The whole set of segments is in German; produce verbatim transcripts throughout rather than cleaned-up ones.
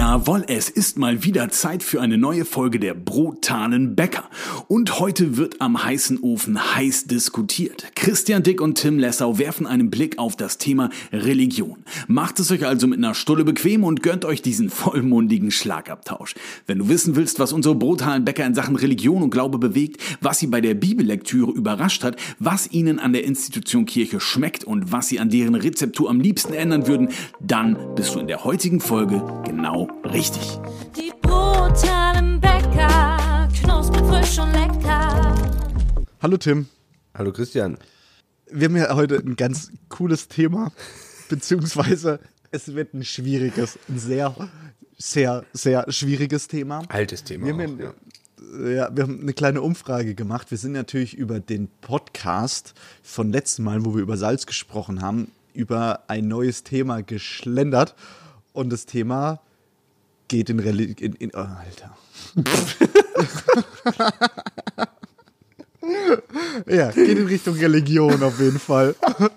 Jawohl, es ist mal wieder Zeit für eine neue Folge der brutalen Bäcker. Und heute wird am heißen Ofen heiß diskutiert. Christian Dick und Tim Lessau werfen einen Blick auf das Thema Religion. Macht es euch also mit einer Stulle bequem und gönnt euch diesen vollmundigen Schlagabtausch. Wenn du wissen willst, was unsere brutalen Bäcker in Sachen Religion und Glaube bewegt, was sie bei der Bibellektüre überrascht hat, was ihnen an der Institution Kirche schmeckt und was sie an deren Rezeptur am liebsten ändern würden, dann bist du in der heutigen Folge genau richtig. Die brutalen Bäcker, knusprig, frisch und lecker. Hallo Tim. Hallo Christian. Wir haben ja heute ein ganz cooles Thema, beziehungsweise es wird ein schwieriges, ein sehr, sehr, sehr schwieriges Thema. Altes Thema. Wir auch, haben, ja. Ja, wir haben eine kleine Umfrage gemacht. Wir sind natürlich über den Podcast von letzten Mal, wo wir über Salz gesprochen haben, über ein neues Thema geschlendert. Und das Thema geht in Religion. In, in, oh, Alter. Ja, geht in Richtung Religion auf jeden Fall.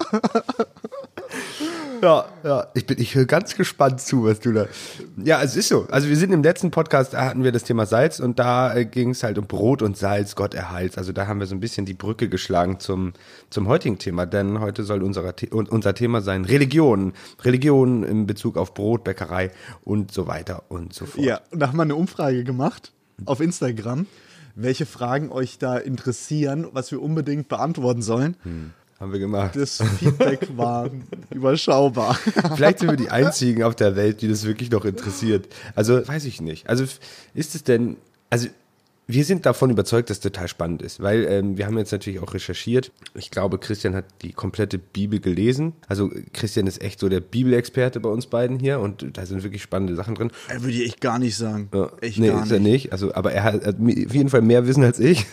Ja, ja, ich bin, ich höre ganz gespannt zu, was du da. Ja, es ist so. Also wir sind im letzten Podcast, da hatten wir das Thema Salz und da äh, ging es halt um Brot und Salz, Gott erhalt. Also da haben wir so ein bisschen die Brücke geschlagen zum, zum heutigen Thema, denn heute soll unser, unser Thema sein Religion. Religion in Bezug auf Brot, Bäckerei und so weiter und so fort. Ja, und da haben wir eine Umfrage gemacht auf Instagram, welche Fragen euch da interessieren, was wir unbedingt beantworten sollen. Hm. Haben wir gemacht. Das Feedback war überschaubar. Vielleicht sind wir die Einzigen auf der Welt, die das wirklich noch interessiert. Also, weiß ich nicht. Also, ist es denn, also, wir sind davon überzeugt, dass es total spannend ist, weil ähm, wir haben jetzt natürlich auch recherchiert. Ich glaube, Christian hat die komplette Bibel gelesen. Also, Christian ist echt so der Bibelexperte bei uns beiden hier und da sind wirklich spannende Sachen drin. Würde ich echt gar nicht sagen. Ja. Echt nee, gar ist er nicht. Also, aber er hat, hat auf jeden Fall mehr Wissen als ich.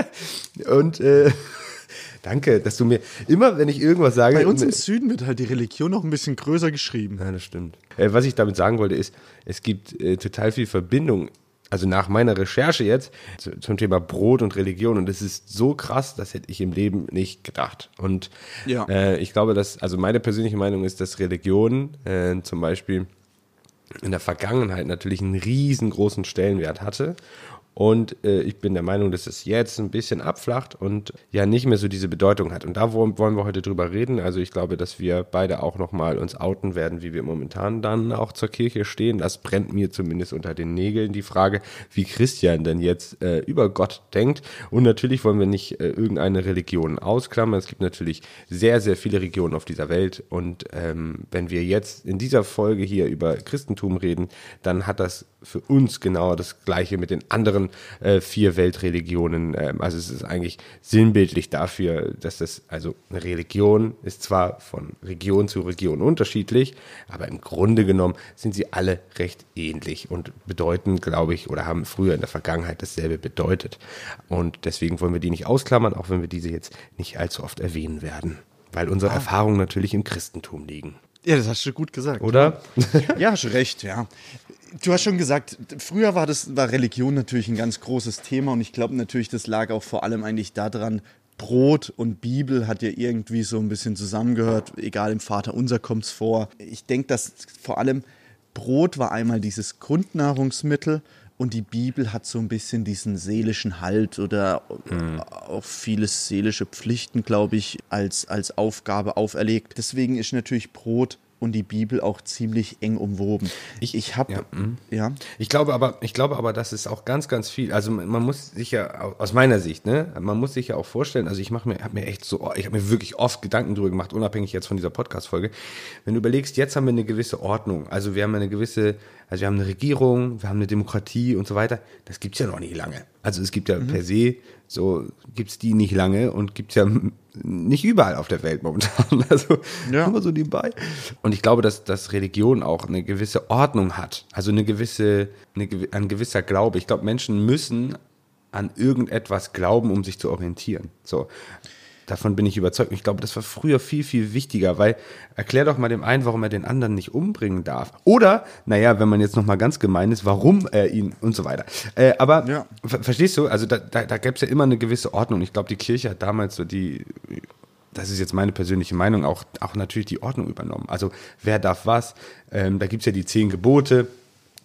und, äh, danke, dass du mir immer, wenn ich irgendwas sage... Bei uns im Süden wird halt die Religion noch ein bisschen größer geschrieben. Ja, das stimmt. Äh, was ich damit sagen wollte ist, es gibt äh, total viel Verbindung, also nach meiner Recherche jetzt, zu, zum Thema Brot und Religion. Und das ist so krass, das hätte ich im Leben nicht gedacht. Und ja. äh, ich glaube, dass, also meine persönliche Meinung ist, dass Religion äh, zum Beispiel in der Vergangenheit natürlich einen riesengroßen Stellenwert hatte. Und äh, ich bin der Meinung, dass es jetzt ein bisschen abflacht und ja nicht mehr so diese Bedeutung hat. Und da wollen wir heute drüber reden. Also ich glaube, dass wir beide auch nochmal uns outen werden, wie wir momentan dann auch zur Kirche stehen. Das brennt mir zumindest unter den Nägeln, die Frage, wie Christian denn jetzt äh, über Gott denkt. Und natürlich wollen wir nicht äh, irgendeine Religion ausklammern. Es gibt natürlich sehr, sehr viele Religionen auf dieser Welt. Und ähm, wenn wir jetzt in dieser Folge hier über Christentum reden, dann hat das für uns genau das Gleiche mit den anderen äh, vier Weltreligionen. Ähm, also es ist eigentlich sinnbildlich dafür, dass das, also eine Religion ist zwar von Region zu Region unterschiedlich, aber im Grunde genommen sind sie alle recht ähnlich und bedeuten, glaube ich, oder haben früher in der Vergangenheit dasselbe bedeutet. Und deswegen wollen wir die nicht ausklammern, auch wenn wir diese jetzt nicht allzu oft erwähnen werden, weil unsere ah. Erfahrungen natürlich im Christentum liegen. Ja, das hast du gut gesagt. Oder? Ja, hast du recht, ja. Du hast schon gesagt, früher war das war Religion natürlich ein ganz großes Thema und ich glaube natürlich, das lag auch vor allem eigentlich daran, Brot und Bibel hat ja irgendwie so ein bisschen zusammengehört, egal im Vaterunser kommt es vor. Ich denke, dass vor allem Brot war einmal dieses Grundnahrungsmittel und die Bibel hat so ein bisschen diesen seelischen Halt oder mhm. auch viele seelische Pflichten, glaube ich, als, als Aufgabe auferlegt. Deswegen ist natürlich Brot und die Bibel auch ziemlich eng umwoben. Ich, ich habe, ja, ja. Ich glaube aber, ich glaube aber, dass es auch ganz, ganz viel, also man muss sich ja, aus meiner Sicht, ne, man muss sich ja auch vorstellen, also ich mache mir, habe mir echt so, ich habe mir wirklich oft Gedanken drüber gemacht, unabhängig jetzt von dieser Podcast-Folge. Wenn du überlegst, jetzt haben wir eine gewisse Ordnung, also wir haben eine gewisse, also wir haben eine Regierung, wir haben eine Demokratie und so weiter, das gibt's ja noch nicht lange. Also es gibt ja mhm. per se, so gibt's die nicht lange und gibt's ja nicht überall auf der Welt momentan, also ja. immer so nebenbei. Und ich glaube, dass, dass Religion auch eine gewisse Ordnung hat, also eine gewisse, eine, ein gewisser Glaube. Ich glaube, Menschen müssen an irgendetwas glauben, um sich zu orientieren. So. Davon bin ich überzeugt. Ich glaube, das war früher viel, viel wichtiger, weil erklär doch mal dem einen, warum er den anderen nicht umbringen darf. Oder, naja, wenn man jetzt noch mal ganz gemein ist, warum er ihn und so weiter. Äh, aber, ja. ver- verstehst du, also da, da, da gäbe es ja immer eine gewisse Ordnung. Ich glaube, die Kirche hat damals so die, das ist jetzt meine persönliche Meinung, auch, auch natürlich die Ordnung übernommen. Also wer darf was? Ähm, da gibt es ja die zehn Gebote.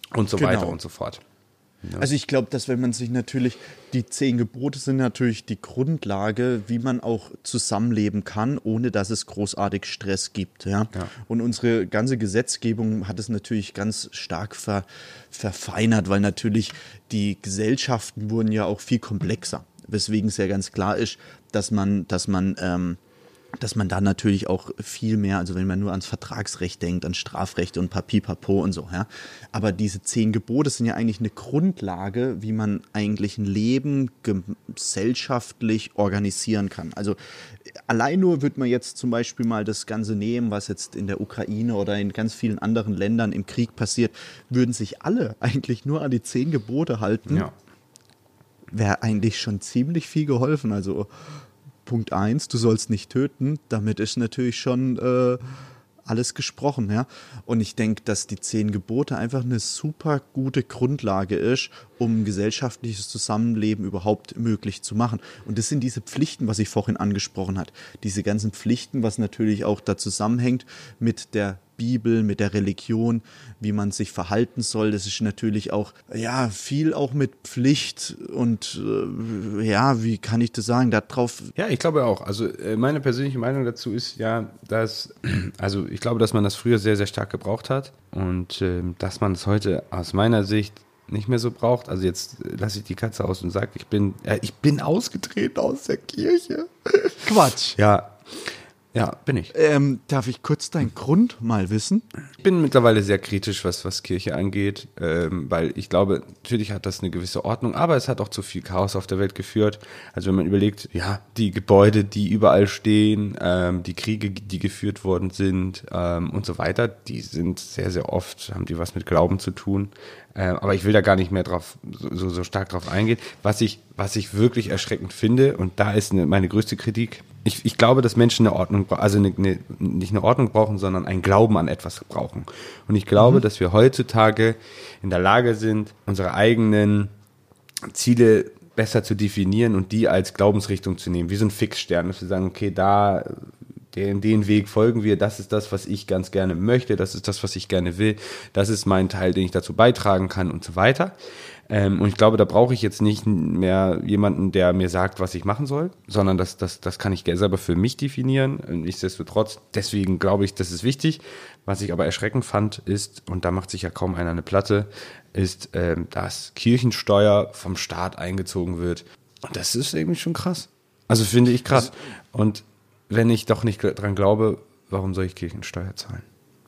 und so Genau. weiter und so fort. Also ich glaube, dass wenn man sich natürlich, die zehn Gebote sind natürlich die Grundlage, wie man auch zusammenleben kann, ohne dass es großartig Stress gibt. Ja? Ja. Und unsere ganze Gesetzgebung hat es natürlich ganz stark ver, verfeinert, weil natürlich die Gesellschaften wurden ja auch viel komplexer. Weswegen es ja ganz klar ist, dass man, dass man ähm, dass man da natürlich auch viel mehr, also wenn man nur ans Vertragsrecht denkt, an Strafrecht und Papipapo und so, ja. Aber diese zehn Gebote sind ja eigentlich eine Grundlage, wie man eigentlich ein Leben gesellschaftlich organisieren kann. Also allein nur würde man jetzt zum Beispiel mal das Ganze nehmen, was jetzt in der Ukraine oder in ganz vielen anderen Ländern im Krieg passiert, würden sich alle eigentlich nur an die zehn Gebote halten, Ja. wäre eigentlich schon ziemlich viel geholfen. Also Punkt eins, du sollst nicht töten, damit ist natürlich schon äh, alles gesprochen, ja. Und ich denke, dass die zehn Gebote einfach eine super gute Grundlage ist, um gesellschaftliches Zusammenleben überhaupt möglich zu machen. Und das sind diese Pflichten, was ich vorhin angesprochen habe. Diese ganzen Pflichten, was natürlich auch da zusammenhängt mit der Bibel, mit der Religion, wie man sich verhalten soll. Das ist natürlich auch, ja, viel auch mit Pflicht und äh, ja, wie kann ich das sagen, darauf. Ja, ich glaube auch. Also äh, meine persönliche Meinung dazu ist ja, dass, also ich glaube, dass man das früher sehr, sehr stark gebraucht hat und äh, dass man es heute aus meiner Sicht nicht mehr so braucht. Also jetzt äh, lasse ich die Katze aus und sage, ich bin, äh, ich bin ausgetreten aus der Kirche. Quatsch. Ja, ja, bin ich. Ähm, darf ich kurz deinen Grund mal wissen? Ich bin mittlerweile sehr kritisch, was, was Kirche angeht, ähm, weil ich glaube, natürlich hat das eine gewisse Ordnung, aber es hat auch zu viel Chaos auf der Welt geführt. Also wenn man überlegt, ja, die Gebäude, die überall stehen, ähm, die Kriege, die geführt worden sind ähm, und so weiter, die sind sehr, sehr oft, haben die was mit Glauben zu tun. Äh, aber ich will da gar nicht mehr drauf, so, so stark drauf eingehen. Was ich, was ich wirklich erschreckend finde, und da ist eine, meine größte Kritik, ich, ich glaube, dass Menschen eine Ordnung, also eine, eine, nicht eine Ordnung brauchen, sondern einen Glauben an etwas brauchen. Und ich glaube, mhm. dass wir heutzutage in der Lage sind, unsere eigenen Ziele besser zu definieren und die als Glaubensrichtung zu nehmen, wie so ein Fixstern, dass wir sagen, okay, da den, den Weg folgen wir, das ist das, was ich ganz gerne möchte, das ist das, was ich gerne will, das ist mein Teil, den ich dazu beitragen kann und so weiter. Ähm, und ich glaube, da brauche ich jetzt nicht mehr jemanden, der mir sagt, was ich machen soll, sondern das, das, das kann ich selber für mich definieren. Nichtsdestotrotz, deswegen glaube ich, das ist wichtig. Was ich aber erschreckend fand, ist, und da macht sich ja kaum einer eine Platte, ist, ähm, dass Kirchensteuer vom Staat eingezogen wird. Und das ist irgendwie schon krass. Also finde ich krass. Und wenn ich doch nicht dran glaube, warum soll ich Kirchensteuer zahlen?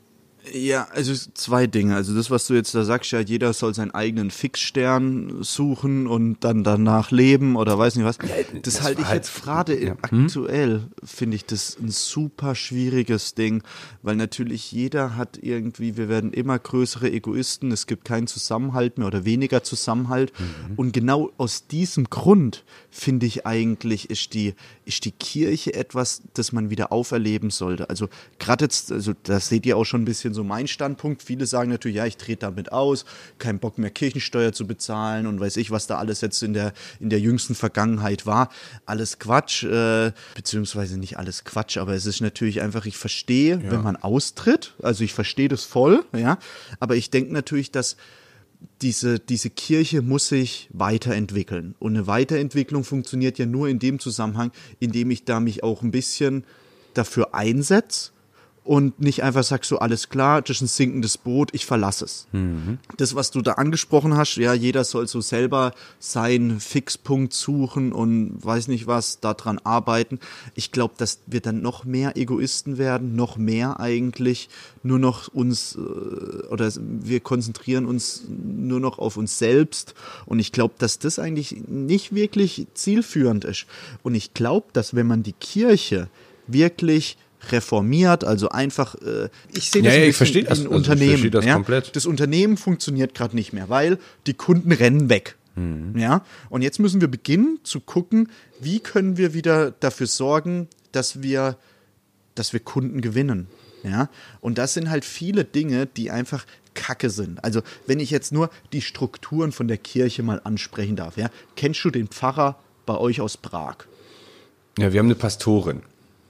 Ja, also zwei Dinge. Also das, was du jetzt da sagst, ja, jeder soll seinen eigenen Fixstern suchen und dann danach leben oder weiß nicht was. Das, das halte ich halt, jetzt gerade ja. aktuell, finde ich das ein super schwieriges Ding, weil natürlich jeder hat irgendwie, wir werden immer größere Egoisten, es gibt keinen Zusammenhalt mehr oder weniger Zusammenhalt. Mhm. Und genau aus diesem Grund, finde ich eigentlich, ist die, ist die Kirche etwas, das man wieder auferleben sollte. Also gerade jetzt, also da seht ihr auch schon ein bisschen so mein Standpunkt. Viele sagen natürlich, ja, ich trete damit aus, kein Bock mehr Kirchensteuer zu bezahlen und weiß ich, was da alles jetzt in der, in der jüngsten Vergangenheit war. Alles Quatsch, äh, beziehungsweise nicht alles Quatsch, aber es ist natürlich einfach, ich verstehe, ja. wenn man austritt, also ich verstehe das voll, ja, aber ich denke natürlich, dass Diese, diese Kirche muss sich weiterentwickeln. Und eine Weiterentwicklung funktioniert ja nur in dem Zusammenhang, in dem ich da mich auch ein bisschen dafür einsetze und nicht einfach sag so, alles klar, das ist ein sinkendes Boot, ich verlasse es. Mhm. Das, was du da angesprochen hast, ja, jeder soll so selber seinen Fixpunkt suchen und weiß nicht was, daran arbeiten. Ich glaube, dass wir dann noch mehr Egoisten werden, noch mehr eigentlich nur noch uns, oder wir konzentrieren uns nur noch auf uns selbst. Und ich glaube, dass das eigentlich nicht wirklich zielführend ist. Und ich glaube, dass wenn man die Kirche wirklich reformiert, also einfach, äh, ich sehe das ja, ein ja, ich verstehe das, ein also Unternehmen. Ich verstehe das ja? komplett. Das Unternehmen funktioniert gerade nicht mehr, weil die Kunden rennen weg. Mhm. Ja? Und jetzt müssen wir beginnen zu gucken, wie können wir wieder dafür sorgen, dass wir, dass wir Kunden gewinnen. Ja? Und das sind halt viele Dinge, die einfach Kacke sind. Also wenn ich jetzt nur die Strukturen von der Kirche mal ansprechen darf. Ja? Kennst du den Pfarrer bei euch aus Prag? Ja, wir haben eine Pastorin.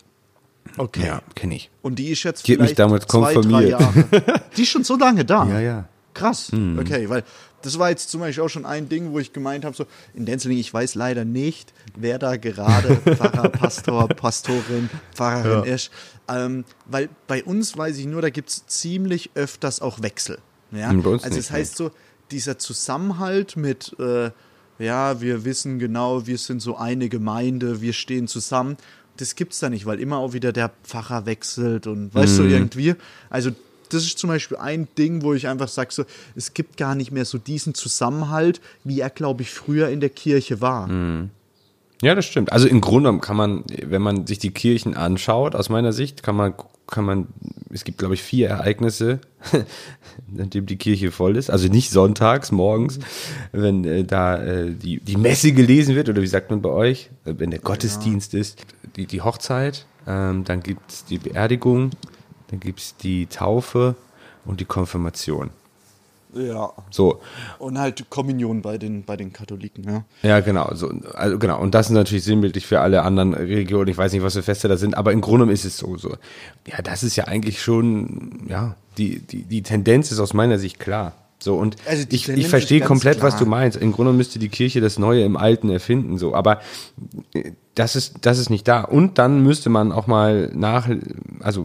Okay. Ja, kenne ich. Und die ist jetzt Die hat mich vielleicht damals zwei, drei konfirmiert. Jahre. Die ist schon so lange da? Ja, ja. krass. Okay, weil das war jetzt zum Beispiel auch schon ein Ding, wo ich gemeint habe, so in Denzling, ich weiß leider nicht, wer da gerade Pfarrer, Pastor, Pastorin, Pfarrerin Ja. ist. Ähm, weil bei uns weiß ich nur, da gibt es ziemlich öfters auch Wechsel. Ja? Hm, bei uns also nicht, das heißt so, dieser Zusammenhalt mit, äh, ja, wir wissen genau, wir sind so eine Gemeinde, wir stehen zusammen, das gibt es da nicht, weil immer auch wieder der Pfarrer wechselt und weißt du, irgendwie, also das ist zum Beispiel ein Ding, wo ich einfach sage, so, es gibt gar nicht mehr so diesen Zusammenhalt, wie er, glaube ich, früher in der Kirche war. Ja, das stimmt. Also im Grunde genommen kann man, wenn man sich die Kirchen anschaut, aus meiner Sicht, kann man, kann man, es gibt, glaube ich, vier Ereignisse, an dem die Kirche voll ist. Also nicht sonntags, morgens, wenn äh, da äh, die, die Messe gelesen wird, oder wie sagt man bei euch, äh, wenn der Gottesdienst ist, die, die Hochzeit, ähm, dann gibt es die Beerdigung, dann gibt es die Taufe und die Konfirmation. Ja. So. Und halt Kommunion bei den, bei den Katholiken, ja. Ja, genau. So, also genau. Und das ist natürlich sinnbildlich für alle anderen Religionen. Ich weiß nicht, was für Feste da sind, aber im Grunde genommen ist es so. so. Ja, das ist ja eigentlich schon, ja, die, die, die Tendenz ist aus meiner Sicht klar. So, und Also die ich, Tendenz ich verstehe ist ganz komplett, klar. was du meinst. Im Grunde müsste die Kirche das Neue im Alten erfinden, so. Aber äh, das ist, das ist nicht da. Und dann müsste man auch mal nach, also,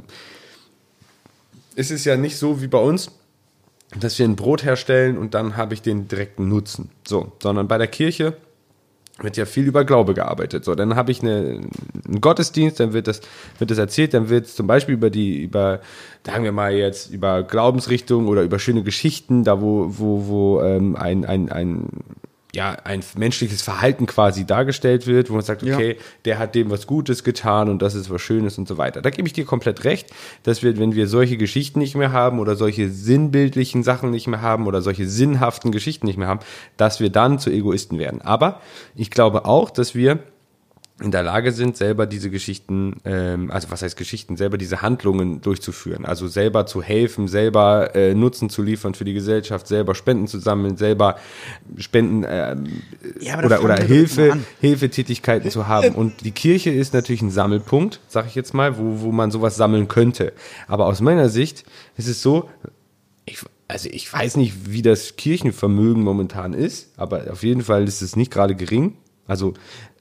es ist ja nicht so wie bei uns, dass wir ein Brot herstellen und dann habe ich den direkten Nutzen. So, sondern bei der Kirche wird ja viel über Glaube gearbeitet. So, dann habe ich eine, einen Gottesdienst, dann wird das, wird das erzählt, dann wird es zum Beispiel über die, über, sagen wir mal jetzt, über Glaubensrichtungen oder über schöne Geschichten, da wo, wo, wo ähm, ein, ein, ein ja, ein menschliches Verhalten quasi dargestellt wird, wo man sagt, okay, ja. der hat dem was Gutes getan und das ist was Schönes und so weiter. Da gebe ich dir komplett recht, dass wir, wenn wir solche Geschichten nicht mehr haben oder solche sinnbildlichen Sachen nicht mehr haben oder solche sinnhaften Geschichten nicht mehr haben, dass wir dann zu Egoisten werden. Aber ich glaube auch, dass wir in der Lage sind, selber diese Geschichten, ähm, also was heißt Geschichten, selber diese Handlungen durchzuführen, also selber zu helfen, selber äh, Nutzen zu liefern für die Gesellschaft, selber Spenden zu sammeln, selber Spenden ähm, Ja, oder, oder Hilfe, Hilfetätigkeiten zu haben. Und die Kirche ist natürlich ein Sammelpunkt, sag ich jetzt mal, wo, wo man sowas sammeln könnte. Aber aus meiner Sicht ist es so, ich, also ich weiß nicht, wie das Kirchenvermögen momentan ist, aber auf jeden Fall ist es nicht gerade gering. Also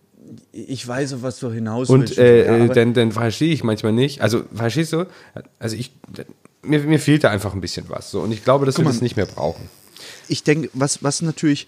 ich weiß, auf was du hinaus und willst. äh, ja, dann, dann verstehe ich manchmal nicht. Also, verstehst du? Also ich, mir, mir fehlt da einfach ein bisschen was. So. Und ich glaube, dass wir das nicht mehr brauchen. Ich denke, was, was natürlich,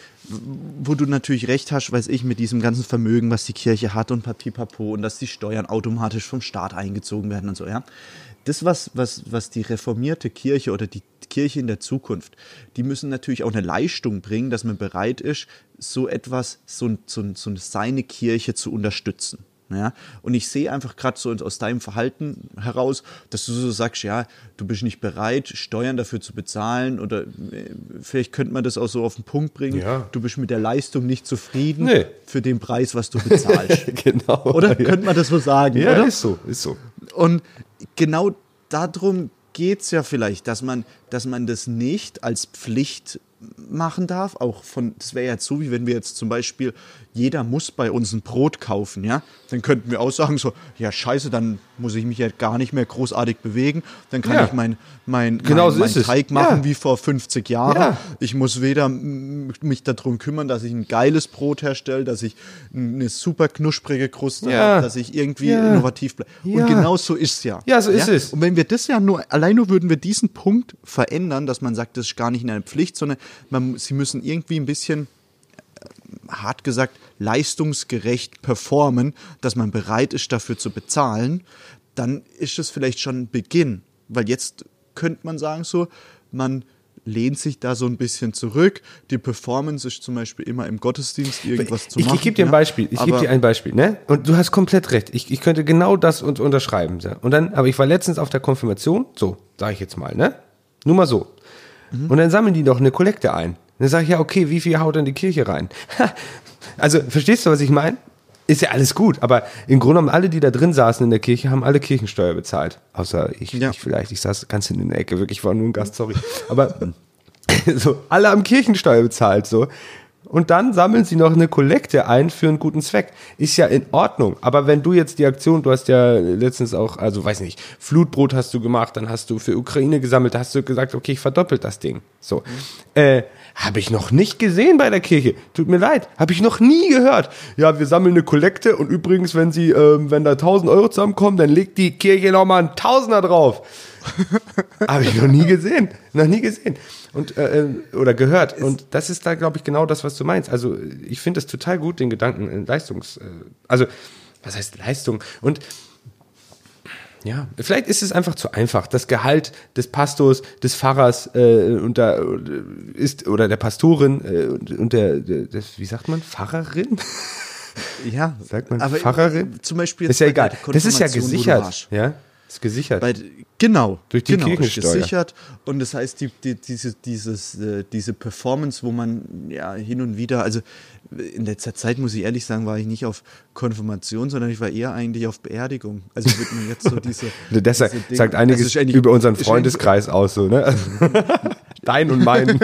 wo du natürlich recht hast, weiß ich, mit diesem ganzen Vermögen, was die Kirche hat und Papipapo und dass die Steuern automatisch vom Staat eingezogen werden und so, ja. Das, was, was, was die reformierte Kirche oder die Kirche in der Zukunft, die müssen natürlich auch eine Leistung bringen, dass man bereit ist, so etwas, so, so, so seine Kirche zu unterstützen. Ja? Und ich sehe einfach gerade so aus deinem Verhalten heraus, dass du so sagst, ja, du bist nicht bereit, Steuern dafür zu bezahlen oder äh, vielleicht könnte man das auch so auf den Punkt bringen, Ja. du bist mit der Leistung nicht zufrieden Nee. für den Preis, was du bezahlst. Genau. Oder? Ja. Könnte man das so sagen, Ja, oder? ist so, ist so. Und genau darum geht es ja vielleicht, dass man, dass man das nicht als Pflicht machen darf. Auch von, das wäre ja so, wie wenn wir jetzt zum Beispiel, jeder muss bei uns ein Brot kaufen, ja. Dann könnten wir auch sagen so, ja scheiße, dann muss ich mich ja gar nicht mehr großartig bewegen. Dann kann Ja. ich mein, mein, Genau mein, so mein ist es. Teig machen Ja. wie vor fünfzig Jahren. Ja. Ich muss weder m- mich darum kümmern, dass ich ein geiles Brot herstelle, dass ich eine super knusprige Kruste Ja. habe, dass ich irgendwie Ja. innovativ bleibe. Und Ja. genau so ist es ja. Ja, so ist es. Und wenn wir das ja nur, allein nur würden wir diesen Punkt verändern, dass man sagt, das ist gar nicht eine Pflicht, sondern man, sie müssen irgendwie ein bisschen, äh, hart gesagt, leistungsgerecht performen, dass man bereit ist, dafür zu bezahlen, dann ist es vielleicht schon ein Beginn. Weil jetzt könnte man sagen so, man lehnt sich da so ein bisschen zurück. Die Performance ist zum Beispiel immer im Gottesdienst irgendwas zu Ich, machen. ich gebe dir ein ja. Beispiel. Ich gebe Aber- dir ein Beispiel, ne? Und du hast komplett recht. Ich, ich könnte genau das un- unterschreiben. So. Und dann, aber ich war letztens auf der Konfirmation, so, sage ich jetzt mal, ne? Nur mal so. Mhm. Und dann sammeln die doch eine Kollekte ein. Dann sage ich, ja, okay, wie viel haut dann die Kirche rein? Also, verstehst du, was ich meine? Ist ja alles gut, aber im Grunde genommen alle, die da drin saßen in der Kirche, haben alle Kirchensteuer bezahlt. Außer ich, Ja. ich vielleicht, ich saß ganz in der Ecke, wirklich, ich war nur ein Gast, sorry. Aber so, alle haben Kirchensteuer bezahlt, so. und dann sammeln sie noch eine Kollekte ein für einen guten Zweck. Ist ja in Ordnung. Aber wenn du jetzt die Aktion, du hast ja letztens auch, also weiß nicht, Flutbrot hast du gemacht, dann hast du für Ukraine gesammelt, da hast du gesagt, okay, ich verdoppelt das Ding. So. Mhm. Äh, habe ich noch nicht gesehen bei der Kirche. Tut mir leid. Habe ich noch nie gehört. Ja, wir sammeln eine Kollekte und übrigens, wenn sie, ähm, wenn da tausend Euro zusammenkommen, dann legt die Kirche nochmal einen Tausender drauf. Habe ich noch nie gesehen. Noch nie gesehen. Und, äh, oder gehört. Und das ist da, glaube ich, genau das, was du meinst. Also, ich finde es total gut, den Gedanken in Leistungs, äh, also, was heißt Leistung? Und, ja, vielleicht ist es einfach zu einfach. Das Gehalt des Pastors, des Pfarrers äh, und da ist, oder der Pastorin äh, und, und der, der, der, wie sagt man, Pfarrerin? Ja, sagt man aber Pfarrerin? Zum Beispiel jetzt ist ja egal. Das ist ja Konfirmation, wo du gesichert. warst. Ja, ist gesichert. Bei, genau. Durch die genau, Kirchensteuer. Gesichert. Und das heißt, die, die, diese, dieses, äh, diese Performance, wo man ja hin und wieder, also in letzter Zeit, muss ich ehrlich sagen, war ich nicht auf Konfirmation, sondern ich war eher eigentlich auf Beerdigung. Also wird mir jetzt so diese. Das diese sagt Dinge, einiges also über unseren Freundeskreis aus, so, ne? Dein und mein.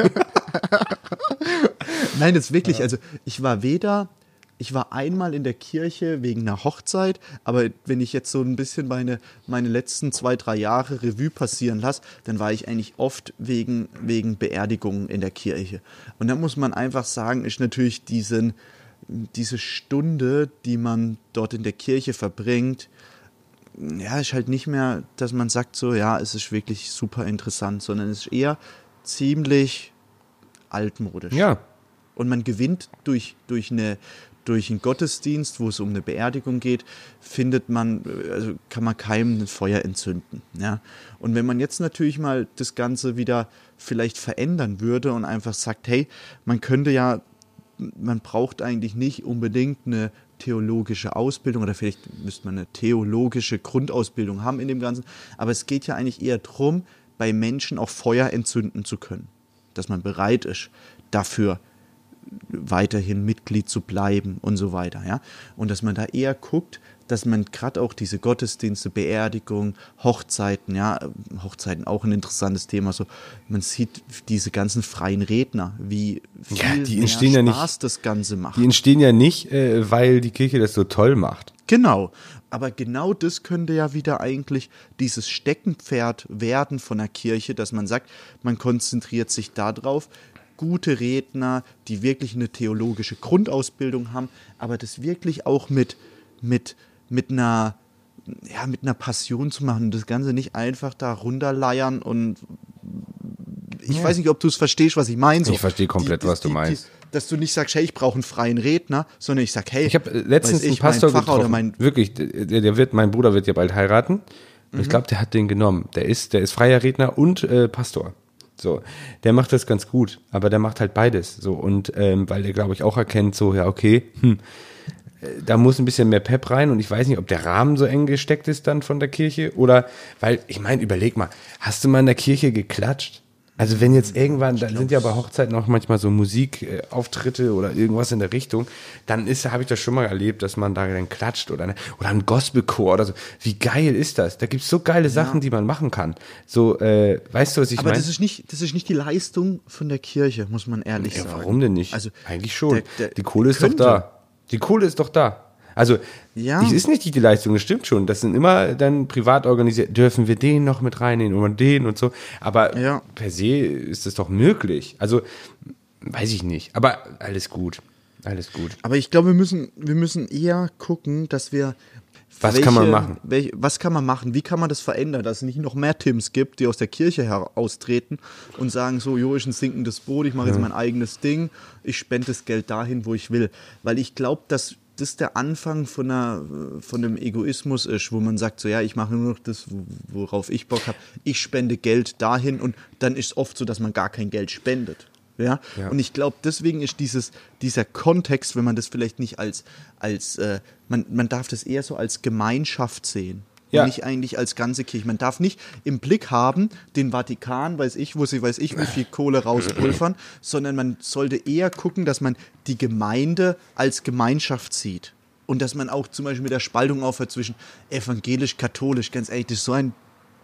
Nein, das wirklich, also ich war weder. Ich war einmal in der Kirche wegen einer Hochzeit, aber wenn ich jetzt so ein bisschen meine, meine letzten zwei, drei Jahre Revue passieren lasse, dann war ich eigentlich oft wegen, wegen Beerdigungen in der Kirche. Und da muss man einfach sagen, ist natürlich diesen, diese Stunde, die man dort in der Kirche verbringt, ja, ist halt nicht mehr, dass man sagt so, ja, es ist wirklich super interessant, sondern es ist eher ziemlich altmodisch. Ja. Und man gewinnt durch, durch eine durch einen Gottesdienst, wo es um eine Beerdigung geht, findet man, also kann man keinem ein Feuer entzünden. Ja? Und wenn man jetzt natürlich mal das Ganze wieder vielleicht verändern würde und einfach sagt, hey, man könnte ja, man braucht eigentlich nicht unbedingt eine theologische Ausbildung oder vielleicht müsste man eine theologische Grundausbildung haben in dem Ganzen, aber es geht ja eigentlich eher darum, bei Menschen auch Feuer entzünden zu können, dass man bereit ist, dafür weiterhin Mitglied zu bleiben und so weiter, ja. Und dass man da eher guckt, dass man gerade auch diese Gottesdienste, Beerdigung, Hochzeiten, ja, Hochzeiten auch ein interessantes Thema, so, man sieht diese ganzen freien Redner, wie viel ja, die mehr entstehen Spaß ja nicht, das Ganze macht. Die entstehen ja nicht, äh, weil die Kirche das so toll macht. Genau, aber genau das könnte ja wieder eigentlich dieses Steckenpferd werden von der Kirche, dass man sagt, man konzentriert sich darauf, gute Redner, die wirklich eine theologische Grundausbildung haben, aber das wirklich auch mit, mit, mit, einer, ja, mit einer Passion zu machen und das Ganze nicht einfach da runterleiern und ich ja. weiß nicht, ob du es verstehst, was ich meine. So. Ich verstehe komplett, die, die, was du die, meinst. Die, dass du nicht sagst, hey, ich brauche einen freien Redner, sondern ich sag, hey, ich habe letztens einen Pastor getroffen, mein wirklich, der, der wird, mein Bruder wird ja bald heiraten und mhm. ich glaube, der hat den genommen. Der ist, der ist freier Redner und äh, Pastor. So, der macht das ganz gut, aber der macht halt beides. So, und ähm, weil der, glaube ich, auch erkennt, so, ja, okay, hm, da muss ein bisschen mehr Pep rein und ich weiß nicht, ob der Rahmen so eng gesteckt ist dann von der Kirche oder, weil, ich meine, überleg mal, hast du mal in der Kirche geklatscht? Also wenn jetzt irgendwann, da sind ja bei Hochzeiten auch manchmal so Musikauftritte oder irgendwas in der Richtung, dann ist, habe ich das schon mal erlebt, dass man da dann klatscht oder, oder ein Gospelchor oder so. Wie geil ist das? Da gibt es so geile Sachen, ja. die man machen kann. So, äh, weißt du, was ich meine? Aber mein? das ist nicht, das ist nicht die Leistung von der Kirche, muss man ehrlich ja, sagen. Warum denn nicht? Also eigentlich schon. Der, der die Kohle ist könnte. doch da. Die Kohle ist doch da. Also, ja. das ist nicht die Leistung, das stimmt schon. Das sind immer dann privat organisiert. Dürfen wir den noch mit reinnehmen und den und so. Aber ja. per se ist das doch möglich. Also, weiß ich nicht. Aber alles gut. Alles gut. Aber ich glaube, wir müssen, wir müssen eher gucken, dass wir. Was welche, kann man machen? Welche, was kann man machen? Wie kann man das verändern, dass es nicht noch mehr Tims gibt, die aus der Kirche heraustreten und sagen so, jo, ich ein sinkendes Boot, ich mache jetzt ja. mein eigenes Ding, ich spende das Geld dahin, wo ich will. Weil ich glaube, dass das der Anfang von, einer, von einem Egoismus ist, wo man sagt, so ja, ich mache nur noch das, worauf ich Bock habe. Ich spende Geld dahin und dann ist es oft so, dass man gar kein Geld spendet. Ja? Ja. Und ich glaube, deswegen ist dieses, dieser Kontext, wenn man das vielleicht nicht als, als äh, man, man darf das eher so als Gemeinschaft sehen. Ja. Und nicht eigentlich als ganze Kirche. Man darf nicht im Blick haben, den Vatikan, weiß ich, wo sie weiß ich, wie viel Kohle rauspulvern, sondern man sollte eher gucken, dass man die Gemeinde als Gemeinschaft sieht. Und dass man auch zum Beispiel mit der Spaltung aufhört zwischen evangelisch-katholisch, ganz ehrlich, das ist so ein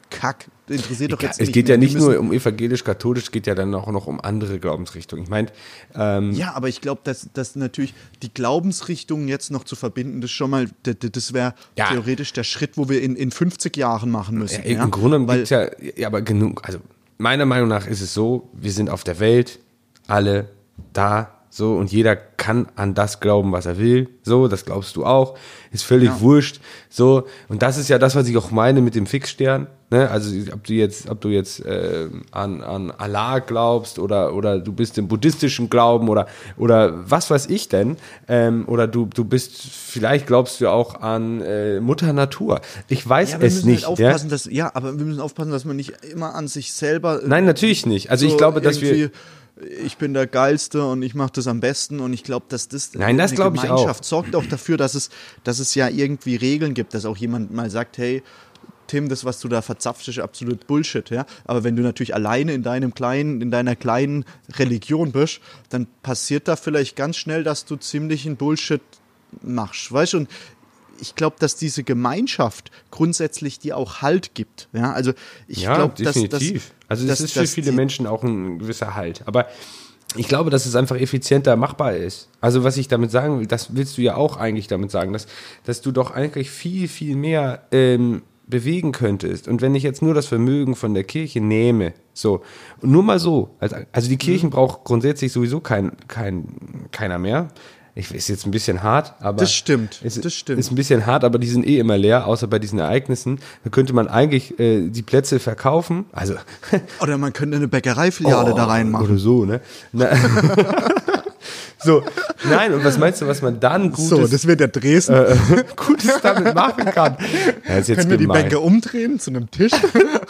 Kack. Interessiert doch Ja, jetzt es nicht geht mehr. ja Die nicht müssen- nur um evangelisch-katholisch, es geht ja dann auch noch um andere Glaubensrichtungen. Ich meine, ähm, Ja, aber ich glaube, dass, dass natürlich die Glaubensrichtungen jetzt noch zu verbinden, das schon mal, das, das wäre Ja. theoretisch der Schritt, wo wir in, in fünfzig Jahren machen müssen. Ja, ja? im Grunde Weil, gibt es ja, ja, aber genug. Also meiner Meinung nach ist es so, wir sind auf der Welt, alle da, so, und jeder kann an das glauben, was er will. So, das glaubst du auch. Ist völlig Ja. wurscht. So, und das ist ja das, was ich auch meine mit dem Fixstern. Ne? Also ob du jetzt, ob du jetzt äh, an, an Allah glaubst oder, oder du bist im buddhistischen Glauben oder, oder was weiß ich denn. Ähm, oder du, du bist, vielleicht glaubst du auch an äh, Mutter Natur. Ich weiß ja, wir es müssen nicht. halt ja? aufpassen, dass, ja, aber wir müssen aufpassen, dass man nicht immer an sich selber. äh, Nein, natürlich nicht. Also ich glaube, dass wir. irgendwie, ich bin der Geilste und ich mache das am besten und ich glaube, dass das Nein, das eine glaube ich auch. Gemeinschaft sorgt auch dafür, dass es, dass es ja irgendwie Regeln gibt, dass auch jemand mal sagt, hey, Tim, das, was du da verzapfst, ist absolut Bullshit, ja. Aber wenn du natürlich alleine in deinem kleinen, in deiner kleinen Religion bist, dann passiert da vielleicht ganz schnell, dass du ziemlichen Bullshit machst, weißt du? Und ich glaube, dass diese Gemeinschaft grundsätzlich dir auch Halt gibt, ja. Also ich Ja, glaube, dass, dass definitiv. Also das dass- ist für dass viele die- Menschen auch ein gewisser Halt. Aber ich glaube, dass es einfach effizienter machbar ist. Also was ich damit sagen will, das willst du ja auch eigentlich damit sagen, dass, dass du doch eigentlich viel, viel mehr ähm, bewegen könntest. Und wenn ich jetzt nur das Vermögen von der Kirche nehme, so, und nur mal so, also, also die Kirchen Mhm. braucht grundsätzlich sowieso kein, kein, keiner mehr. Ich ist jetzt ein bisschen hart, aber Das stimmt, ist, das stimmt. ist ein bisschen hart, aber die sind eh immer leer, außer bei diesen Ereignissen. Da könnte man eigentlich äh, die Plätze verkaufen. Also Oder man könnte eine Bäckereifiliale Oh, da reinmachen. Oder so, ne? Na, so, nein, und was meinst du, was man dann Gutes, So, das wird der Dresden. äh, Gutes damit machen kann? Ja, ist jetzt Können wir die gemein. Bänke umdrehen zu einem Tisch?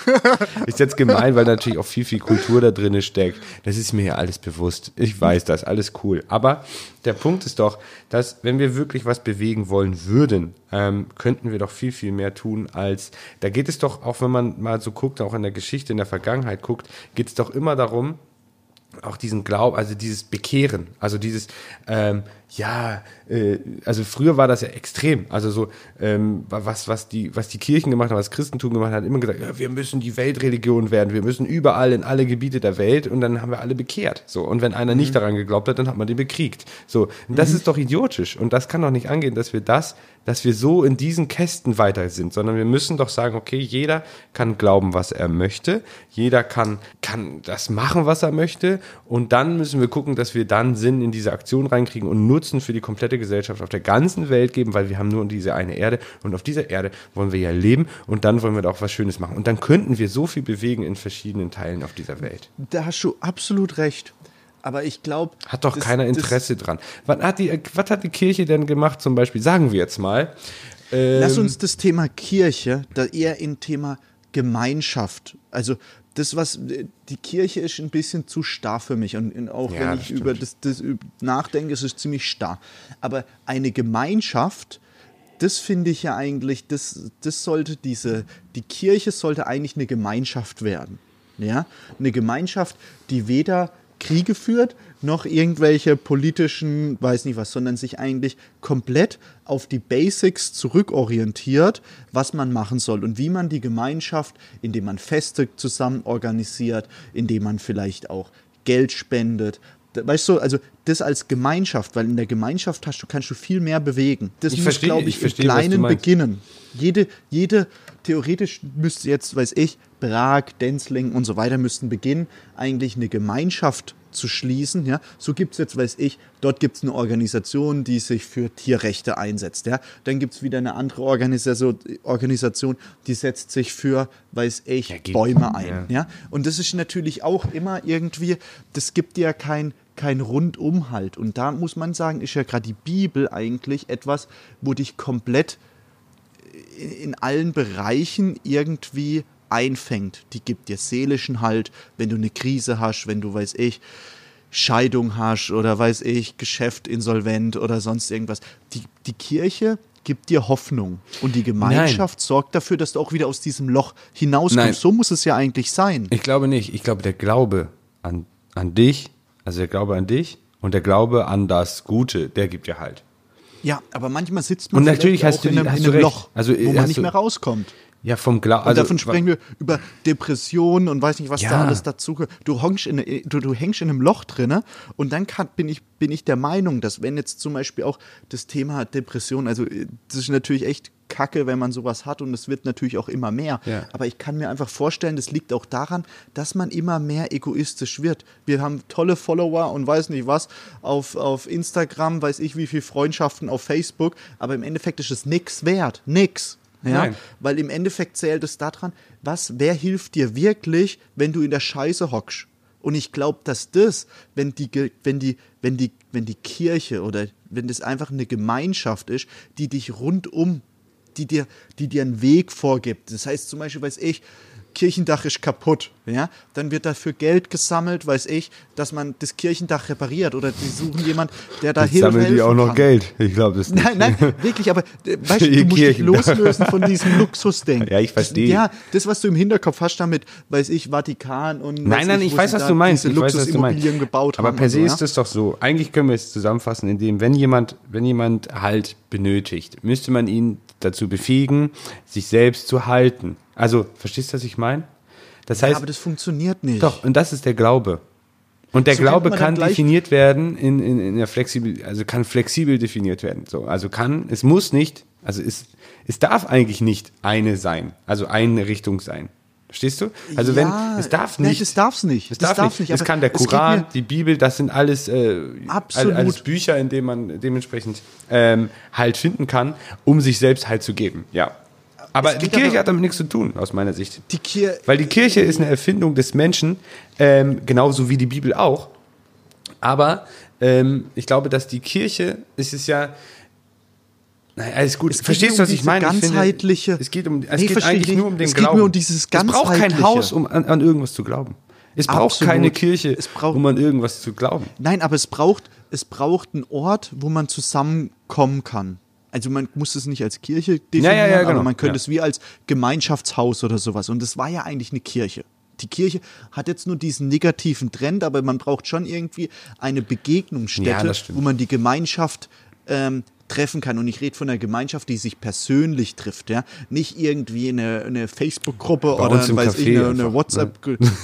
Ist jetzt gemein, weil natürlich auch viel, viel Kultur da drin steckt. Das ist mir ja alles bewusst. Ich weiß das, alles cool. Aber der Punkt ist doch, dass wenn wir wirklich was bewegen wollen würden, ähm, könnten wir doch viel, viel mehr tun als, da geht es doch, auch wenn man mal so guckt, auch in der Geschichte, in der Vergangenheit guckt, geht es doch immer darum, auch diesen Glauben, also dieses Bekehren, also dieses, ähm, ja, äh, also früher war das ja extrem, also so, ähm, was, was die, was die Kirchen gemacht haben, was das Christentum gemacht hat, hat immer gesagt, ja, wir müssen die Weltreligion werden, wir müssen überall in alle Gebiete der Welt und dann haben wir alle bekehrt, so, und wenn einer nicht daran geglaubt hat, dann hat man den bekriegt, so, und das ist doch idiotisch und das kann doch nicht angehen, dass wir das, dass wir so in diesen Kästen weiter sind, sondern wir müssen doch sagen, okay, jeder kann glauben, was er möchte, jeder kann, kann das machen, was er möchte und dann müssen wir gucken, dass wir dann Sinn in diese Aktion reinkriegen und Nutzen für die komplette Gesellschaft auf der ganzen Welt geben, weil wir haben nur diese eine Erde und auf dieser Erde wollen wir ja leben und dann wollen wir da auch was Schönes machen und dann könnten wir so viel bewegen in verschiedenen Teilen auf dieser Welt. Da hast du absolut recht. Aber ich glaube. Hat doch keiner Interesse dran. Was hat, die, was hat die Kirche denn gemacht zum Beispiel? Sagen wir jetzt mal. Ähm, Lass uns das Thema Kirche da eher in Thema Gemeinschaft. Also das, was die Kirche ist ein bisschen zu starr für mich. Und und auch Ja, wenn das ich stimmt. über das, das nachdenke, ist es ziemlich starr. Aber eine Gemeinschaft, das finde ich ja eigentlich, das, das sollte diese, die Kirche sollte eigentlich eine Gemeinschaft werden. Ja? Eine Gemeinschaft, die weder Kriege führt, noch irgendwelche politischen, weiß nicht was, sondern sich eigentlich komplett auf die Basics zurückorientiert, was man machen soll und wie man die Gemeinschaft, indem man Feste zusammen organisiert, indem man vielleicht auch Geld spendet. Weißt du, also das als Gemeinschaft, weil in der Gemeinschaft hast du, kannst du viel mehr bewegen. Das Ich muss, verstehe, glaube ich ich, verstehe, im was du Kleinen meinst. beginnen. Jede, jede, theoretisch müsste jetzt, weiß ich, Prag, Denzlingen und so weiter müssten beginnen, eigentlich eine Gemeinschaft zu schließen. Ja? So gibt es jetzt, weiß ich, dort gibt es eine Organisation, die sich für Tierrechte einsetzt. Ja? Dann gibt es wieder eine andere Organisation, Organisation, die setzt sich für, weiß ich, Ja, gibt- Bäume ein. ja. Ja? Und das ist natürlich auch immer irgendwie, das gibt dir kein kein Rundumhalt. Und da muss man sagen, ist ja gerade die Bibel eigentlich etwas, wo dich komplett in, in allen Bereichen irgendwie einfängt. Die gibt dir seelischen Halt, wenn du eine Krise hast, wenn du, weiß ich, Scheidung hast oder, weiß ich, Geschäft insolvent oder sonst irgendwas. Die, die Kirche gibt dir Hoffnung und die Gemeinschaft sorgt dafür, dass du auch wieder aus diesem Loch hinauskommst. Nein. So muss es ja eigentlich sein. Ich glaube nicht. Ich glaube, der Glaube an, an dich, also der Glaube an dich und der Glaube an das Gute, der gibt dir halt. Ja, aber manchmal sitzt man Und natürlich vielleicht hast du auch in die- einem, hast in du einem recht. Loch, Also, wo hast man nicht du- mehr rauskommt. Ja, vom Glauben. Und Also, davon sprechen wir über Depressionen und weiß nicht, was Ja. da alles dazu gehört. Du, hängst in, du, du hängst in einem Loch drinne und dann kann, bin, ich, bin ich der Meinung, dass wenn jetzt zum Beispiel auch das Thema Depression, also das ist natürlich echt kacke, wenn man sowas hat und es wird natürlich auch immer mehr. Ja. Aber ich kann mir einfach vorstellen, das liegt auch daran, dass man immer mehr egoistisch wird. Wir haben tolle Follower und weiß nicht was auf, auf Instagram, weiß ich wie viele Freundschaften auf Facebook, aber im Endeffekt ist es nix wert. Nix. Ja, Nein. weil im Endeffekt zählt es daran, was, wer hilft dir wirklich, wenn du in der Scheiße hockst. Und ich glaube, dass das, wenn die, Ge- wenn die, wenn die, wenn die Kirche oder wenn das einfach eine Gemeinschaft ist, die dich rundum, die dir, die dir einen Weg vorgibt. Das heißt zum Beispiel, weiß ich, Kirchendach ist kaputt, ja, dann wird dafür Geld gesammelt, weiß ich, dass man das Kirchendach repariert oder die suchen jemand, der da jetzt hilft. sammeln die auch noch Geld. Ich glaube das nicht. Nein, nein, wirklich, aber äh, weißt Für du, ihr du musst dich Kirchendach. loslösen von diesem Luxusding. Ja, ich verstehe. Das, ja, das, was du im Hinterkopf hast, damit, weiß ich, Vatikan und Nein, nein, weiß ich wo weiß, sie was da du meinst. diese Ich weiß, was du meinst. Luxusimmobilien gebaut Aber haben. per und se so, ist es doch so. Eigentlich können wir es zusammenfassen, indem, wenn jemand, wenn jemand Halt benötigt, müsste man ihn dazu befähigen, sich selbst zu halten. Also, verstehst du, was ich meine? Das ja, heißt, aber das funktioniert nicht. doch, und das ist der Glaube. Und der So Glaube könnte man kann dann gleich- definiert werden in, in, in der flexibel, also kann flexibel definiert werden. So, also kann, es muss nicht, also es, es darf eigentlich nicht eine sein, also eine Richtung sein. Verstehst du? Also Ja, wenn, es darf nein, nicht. das darf's nicht. Es Das darf, darf's nicht. nicht, Es aber kann der es geht Koran, mir- die Bibel, das sind alles, äh, Absolut. alles Bücher, in denen man dementsprechend ähm, Halt finden kann, um sich selbst Halt zu geben. Ja. Aber Es die geht Kirche aber- hat damit nichts zu tun, aus meiner Sicht. Die Kirche, Weil die Kirche ist eine Erfindung des Menschen, ähm, genauso wie die Bibel auch. Aber ähm, ich glaube, dass die Kirche, es ist ja, naja, alles gut. Es geht Verstehst um du, was ich diese meine? Ich finde, ganzheitliche- es geht um, es Nee, geht verstehe eigentlich ich. nur um den Es geht Glauben. nur um dieses es braucht kein Ganzheitliche. Haus, um an, an irgendwas zu glauben. Es braucht Absolut. keine Kirche, Es braucht- um an irgendwas zu glauben. nein, aber es braucht, es braucht einen Ort, wo man zusammenkommen kann. Also man muss es nicht als Kirche definieren, Ja, ja, ja, genau. aber man könnte Ja. es wie als Gemeinschaftshaus oder sowas. Und das war ja eigentlich eine Kirche. Die Kirche hat jetzt nur diesen negativen Trend, aber man braucht schon irgendwie eine Begegnungsstätte, Ja, das stimmt. wo man die Gemeinschaft ähm, treffen kann. Und ich rede von einer Gemeinschaft, die sich persönlich trifft, ja. Nicht irgendwie eine, eine Facebook-Gruppe Bei oder uns im weiß ich, Café eine, einfach, eine WhatsApp.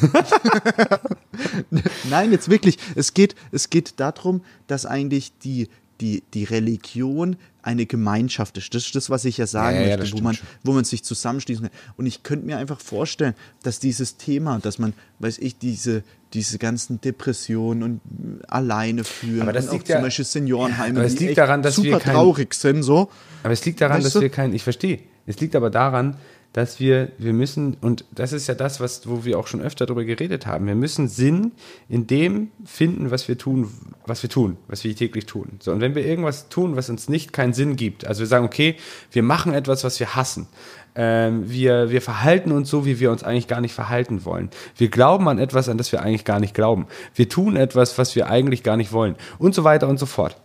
Nein, jetzt wirklich. Es geht, es geht darum, dass eigentlich die, die, die Religion eine Gemeinschaft ist. Das ist das, was ich ja sagen Ja, ja, ja, möchte, das wo man, stimmt wo man sich zusammenschließen kann. Und ich könnte mir einfach vorstellen, dass dieses Thema, dass man, weiß ich, diese, diese ganzen Depressionen und äh, alleine fühlen Aber das und auch liegt zum ja- Beispiel Seniorenheime, aber es die liegt echt daran, dass wir super kein- traurig sind, so. Aber es liegt daran, Weißt dass du? wir kein, ich verstehe, es liegt aber daran, dass wir, wir müssen, und das ist ja das, was, wo wir auch schon öfter darüber geredet haben, wir müssen Sinn in dem finden, was wir tun, was wir tun, was wir täglich tun. So, und wenn wir irgendwas tun, was uns nicht keinen Sinn gibt, also wir sagen, okay, wir machen etwas, was wir hassen, ähm, wir, wir verhalten uns so, wie wir uns eigentlich gar nicht verhalten wollen. Wir glauben an etwas, an das wir eigentlich gar nicht glauben. Wir tun etwas, was wir eigentlich gar nicht wollen. Und so weiter und so fort.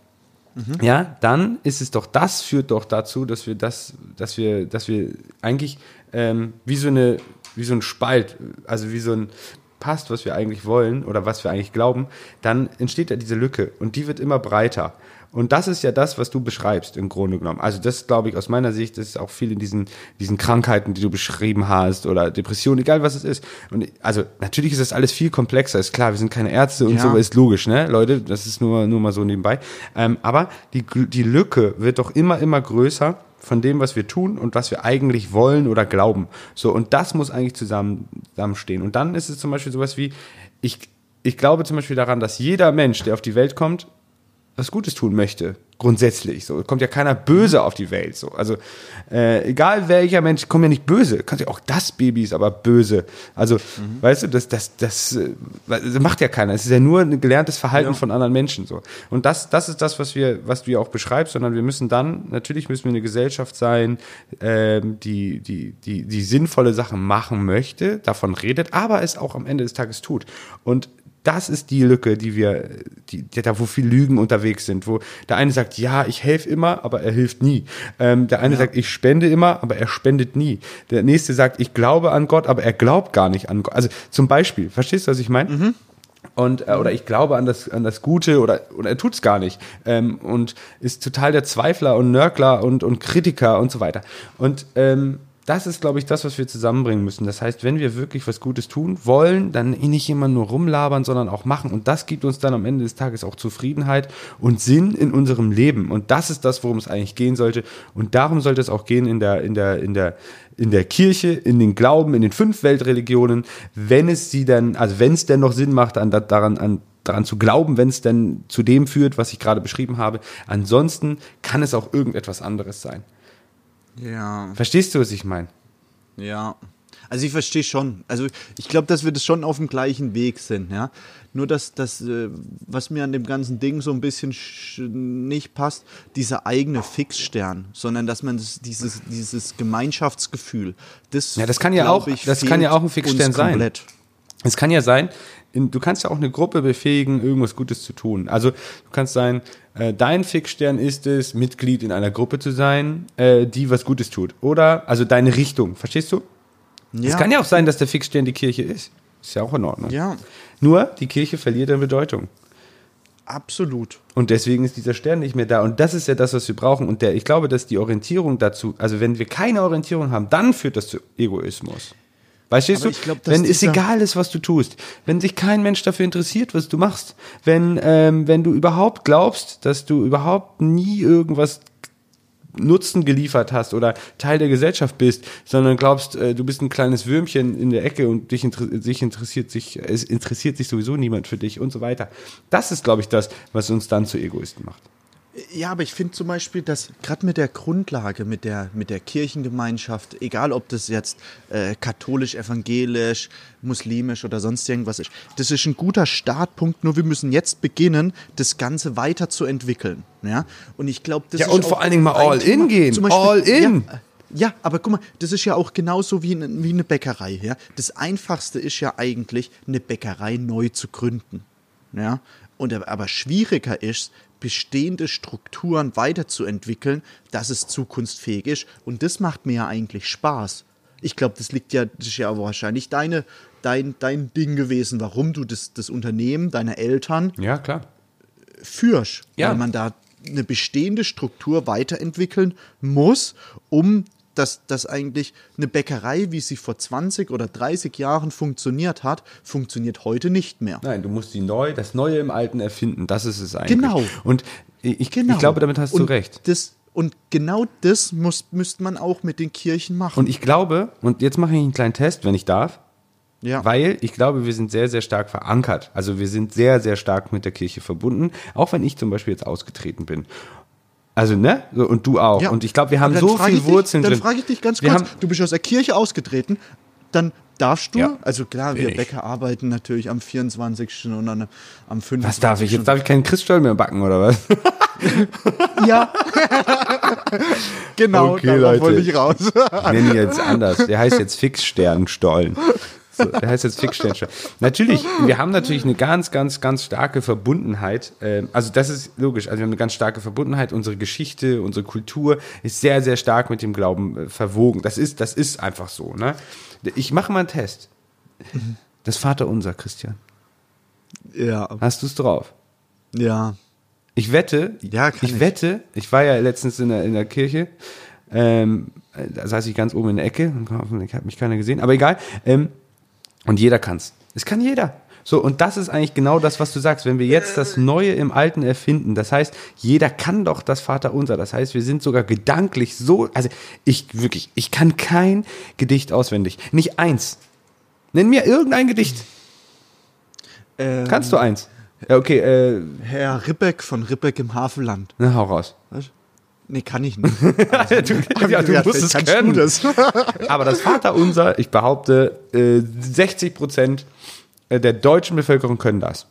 Ja, dann ist es doch, das führt doch dazu, dass wir das, dass wir, dass wir eigentlich ähm, wie so eine, wie so ein Spalt, also wie so ein passt, was wir eigentlich wollen oder was wir eigentlich glauben, dann entsteht da diese Lücke und die wird immer breiter. Und das ist ja das, was du beschreibst im Grunde genommen. Also das glaube ich aus meiner Sicht, das ist auch viel in diesen, diesen Krankheiten, die du beschrieben hast oder Depressionen, egal was es ist. Und also natürlich ist das alles viel komplexer, ist klar, wir sind keine Ärzte und Ja. so, ist logisch, ne, Leute, das ist nur, nur mal so nebenbei. Ähm, aber die, die Lücke wird doch immer, immer größer von dem, was wir tun und was wir eigentlich wollen oder glauben. So, und das muss eigentlich zusammen, zusammenstehen. Und dann ist es zum Beispiel sowas wie, ich, ich glaube zum Beispiel daran, dass jeder Mensch, der auf die Welt kommt, was Gutes tun möchte, grundsätzlich. So kommt ja keiner böse auf die Welt. So, also äh, egal welcher Mensch, kommt ja nicht böse. Kannst ja auch das Baby ist aber böse. Also Mhm. weißt du, das das das, äh, das macht ja keiner. Es ist ja nur ein gelerntes Verhalten Ja. von anderen Menschen. So, und das das ist das, was wir was du ja auch beschreibst. Sondern wir müssen dann natürlich müssen wir eine Gesellschaft sein, ähm, die die die die sinnvolle Sachen machen möchte, davon redet, aber es auch am Ende des Tages tut. Und das ist die Lücke, die wir, die, die, da wo viel Lügen unterwegs sind, wo der eine sagt, ja, ich helfe immer, aber er hilft nie. Ähm, der eine Ja. sagt, ich spende immer, aber er spendet nie. Der nächste sagt, ich glaube an Gott, aber er glaubt gar nicht an Gott. Also zum Beispiel, verstehst du, was ich meine? Mhm. Und, äh, oder ich glaube an das, an das Gute oder, oder er tut's gar nicht. Ähm, und ist total der Zweifler und Nörgler und, und Kritiker und so weiter. Und, ähm, das ist, glaube ich, das, was wir zusammenbringen müssen. Das heißt, wenn wir wirklich was Gutes tun wollen, dann nicht immer nur rumlabern, sondern auch machen. Und das gibt uns dann am Ende des Tages auch Zufriedenheit und Sinn in unserem Leben. Und das ist das, worum es eigentlich gehen sollte. Und darum sollte es auch gehen in der, in der, in der, in der Kirche, in den Glauben, in den fünf Weltreligionen, wenn es sie dann, also wenn es denn noch Sinn macht, an, daran, an, daran zu glauben, wenn es denn zu dem führt, was ich gerade beschrieben habe. Ansonsten kann es auch irgendetwas anderes sein. Ja. Verstehst du, was ich meine? Ja. Also ich verstehe schon. Also ich glaube, dass wir das schon auf dem gleichen Weg sind, ja. Nur dass das, äh, was mir an dem ganzen Ding so ein bisschen sch- nicht passt, dieser eigene Fixstern, sondern dass man das, dieses, dieses Gemeinschaftsgefühl, das, Ja, das kann ja glaub auch, ich, das fehlt kann ja auch ein Fixstern uns sein. komplett. Es kann ja sein, in, du kannst ja auch eine Gruppe befähigen, irgendwas Gutes zu tun. Also du kannst sein, äh, dein Fixstern ist es, Mitglied in einer Gruppe zu sein, äh, die was Gutes tut. Oder, also deine Richtung, verstehst du? Ja. Es kann ja auch sein, dass der Fixstern die Kirche ist. Ist ja auch in Ordnung. Ja, Nur, die Kirche verliert an Bedeutung. absolut. Und deswegen ist dieser Stern nicht mehr da. Und das ist ja das, was wir brauchen. Und der, ich glaube, dass die Orientierung dazu, also wenn wir keine Orientierung haben, dann führt das zu Egoismus. Verstehst Aber du? ich glaub, dass wenn es dieser- egal ist, was du tust, wenn sich kein Mensch dafür interessiert, was du machst, wenn, ähm, wenn du überhaupt glaubst, dass du überhaupt nie irgendwas Nutzen geliefert hast oder Teil der Gesellschaft bist, sondern glaubst, äh, du bist ein kleines Würmchen in der Ecke und dich inter- sich interessiert sich, es interessiert sich sowieso niemand für dich und so weiter. Das ist, glaube ich, das, was uns dann zu Egoisten macht. Ja, aber ich finde zum Beispiel, dass gerade mit der Grundlage, mit der, mit der Kirchengemeinschaft, egal ob das jetzt äh, katholisch, evangelisch, muslimisch oder sonst irgendwas ist, das ist ein guter Startpunkt, nur wir müssen jetzt beginnen, das Ganze weiterzuentwickeln. Ja? Und ich glaube, das Ja, ist und auch vor allen Dingen mal ein all Thema. in gehen. Zum Beispiel- All in. Ja, ja, aber guck mal, das ist ja auch genauso wie, eine- wie eine Bäckerei. Ja? Das Einfachste ist ja eigentlich, eine Bäckerei neu zu gründen. Ja? Und aber schwieriger ist, bestehende Strukturen weiterzuentwickeln, dass es zukunftsfähig ist. Und das macht mir ja eigentlich Spaß. Ich glaube, das liegt ja, das ist ja wahrscheinlich deine, dein, dein Ding gewesen, warum du das, das Unternehmen deiner Eltern Ja, klar. führst. Ja. Weil man da eine bestehende Struktur weiterentwickeln muss, um dass, dass eigentlich eine Bäckerei, wie sie vor zwanzig oder dreißig Jahren funktioniert hat, funktioniert heute nicht mehr. Nein, du musst die neu, das Neue im Alten erfinden. Das ist es eigentlich. Genau. Und ich, Genau. ich glaube, damit hast du Und recht. Das, und genau das muss, müsste man auch mit den Kirchen machen. Und ich glaube, und jetzt mache ich einen kleinen Test, wenn ich darf, ja. weil ich glaube, wir sind sehr, sehr stark verankert. Also wir sind sehr, sehr stark mit der Kirche verbunden, auch wenn ich zum Beispiel jetzt ausgetreten bin. Also, ne? So, und du auch. Ja. Und ich glaube, wir haben Dann so frage viel ich dich- Wurzeln Dann drin. frage ich dich ganz Wir kurz, haben- du bist aus der Kirche ausgetreten, dann darfst du, Ja. also klar, Bin wir ich. Bäcker arbeiten natürlich am vierundzwanzigsten und dann am fünfundzwanzigsten Was darf ich? Jetzt darf ich keinen Christstollen mehr backen, oder was? Ja. Genau, Okay, darauf Leute. wollte ich raus. Ich nenne ihn jetzt anders. Der heißt jetzt Fixsternstollen. So, der heißt jetzt Fixsternstollen. Natürlich, wir haben natürlich eine ganz, ganz, ganz starke Verbundenheit. Ähm, also das ist logisch. Also wir haben eine ganz starke Verbundenheit. Unsere Geschichte, unsere Kultur ist sehr, sehr stark mit dem Glauben äh, verwogen. Das ist, das ist einfach so. Ne? Ich mache mal einen Test. Das Vaterunser, Christian. Ja, Hast du es drauf? ja. Ich wette, Ja, kann ich, ich. wette, ich war ja letztens in der, in der Kirche, ähm, da saß ich ganz oben in der Ecke, ich habe mich keiner gesehen, aber egal, ähm, und jeder kann's. Es kann jeder. So, und das ist eigentlich genau das, was du sagst, wenn wir jetzt das Neue im Alten erfinden, das heißt, jeder kann doch das Vaterunser, das heißt, wir sind sogar gedanklich so, also ich wirklich, ich kann kein Gedicht auswendig, nicht eins. Nenn mir irgendein Gedicht. Ähm, Kannst du eins? Ja, okay, äh, Herr Ribbeck von Ribbeck im Havelland. na, hau raus. Was? Nee, kann ich nicht. du, ja, du Ja, musst es vielleicht kannst können. du das. Aber das Vaterunser, ich behaupte, äh, sechzig Prozent der deutschen Bevölkerung können das.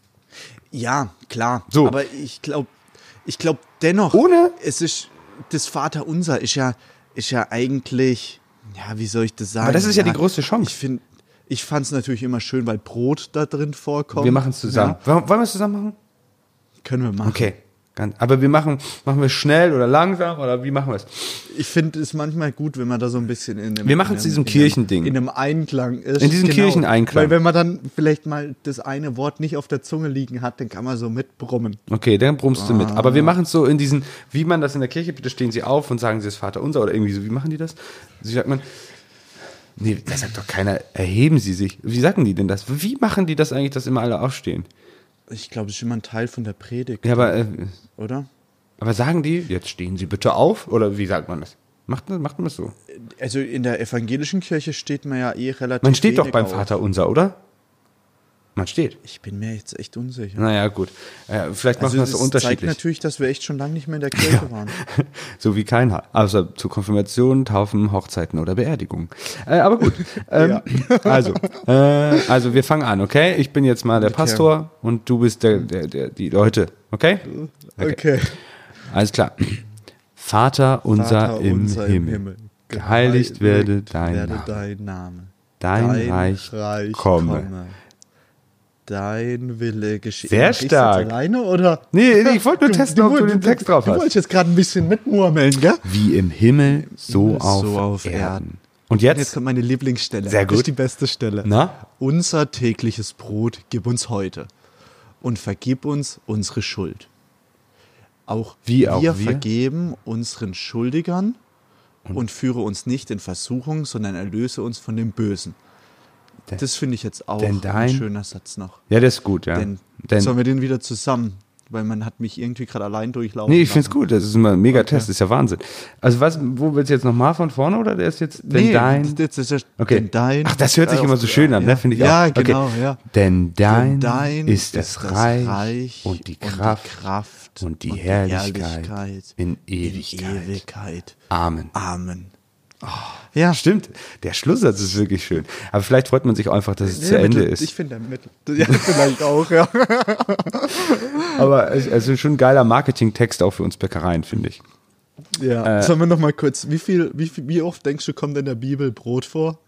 Ja, klar. So. Aber ich glaube, ich glaube dennoch, Ohne- es ist, das Vaterunser ist ja, ist ja eigentlich, ja, wie soll ich das sagen? Aber das ist ja die größte Chance. Ich finde, ich fand es natürlich immer schön, weil Brot da drin vorkommt. Wir machen es zusammen. Ja, Wollen wollen wir es zusammen machen? können wir machen. Okay. Ganz, aber wir machen, machen wir schnell oder langsam oder wie machen wir es? Ich finde es manchmal gut, wenn man da so ein bisschen in einem, Wir machen es in diesem einem, Kirchending. in einem Einklang ist. In diesem Kircheneinklang. Weil wenn man dann vielleicht mal das eine Wort nicht auf der Zunge liegen hat, dann kann man so mitbrummen. Okay, dann brummst du mit. Aber wir machen es so in diesen, wie man das in der Kirche, bitte stehen Sie auf und sagen Sie das Vaterunser oder irgendwie so. Wie machen die das? Wie sagt man? Nee, da sagt doch keiner, erheben Sie sich. Wie sagen die denn das? Wie machen die das eigentlich, dass immer alle aufstehen? Ich glaube, das ist immer ein Teil von der Predigt. Ja, aber, äh, oder? aber sagen die, jetzt stehen Sie bitte auf? Oder wie sagt man das? Macht, macht man das so? Also in der evangelischen Kirche steht man ja eh relativ Man steht doch wenig beim auf. Vaterunser, oder? Man steht. Ich bin mir jetzt echt unsicher. Naja, gut. Äh, vielleicht machen Also wir das so das zeigt unterschiedlich. natürlich, dass wir echt schon lange nicht mehr in der Kirche waren. So wie kein Haar. Also zu Konfirmationen, Taufen, Hochzeiten oder Beerdigungen. Äh, aber gut. Ähm, also, äh, also wir fangen an, okay? Ich bin jetzt mal der Pastor und du bist der, der, der, die Leute, okay? Okay. Alles klar. Vater unser, Vater im, unser Himmel, geheiligt werde dein werde Name. dein Name. Dein Reich komme. Dein Wille geschehe. Sehr Mach ich's stark. jetzt alleine oder? Nee, nee, ich wollte nur Du- testen, ob du den du- Text drauf Du hast. wolltest jetzt gerade ein bisschen mitmurmeln, gell? Wie im Himmel, so, So auf, auf Erden. Erden. Und Jetzt jetzt? kommt meine Lieblingsstelle. Sehr Das gut. ist die beste Stelle. Na? Unser tägliches Brot gib uns heute und vergib uns unsere Schuld. Auch Wie wir auch wir? vergeben unseren Schuldigern und führe uns nicht in Versuchung, sondern erlöse uns von dem Bösen. Denn- Das finde ich jetzt auch denn dein- ein schöner Satz noch. Ja, das ist gut, ja. Denn, Denn, sollen wir den wieder zusammen? Weil man hat mich irgendwie gerade allein durchlaufen nee, ich finde es lassen. gut, das ist immer ein mega Test, das ist ja Wahnsinn. Also was, wo willst du jetzt nochmal von vorne oder der ist jetzt, denn Nee, dein, das, das ist okay. denn dein. Ach, das hört sich äh, immer auf- so schön an, ja, ne, finde ich ja, auch. Okay. genau, ja. Denn dein, Denn dein ist das Reich, und die Kraft, Kraft und die und Herrlichkeit Herrlichkeit in in Ewigkeit. Ewigkeit. Amen. Amen. Ja, stimmt. Der Schlusssatz ist wirklich schön. Aber vielleicht freut man sich auch einfach, dass es zu Ja, Ende Mittel- ist. Ich finde der Mittel. Ja, vielleicht auch, ja. Aber es es ist schon ein geiler Marketingtext auch für uns Bäckereien, finde ich. ja. Sollen wir noch mal kurz, wie viel, wie viel, wie oft denkst du, kommt in der Bibel Brot vor?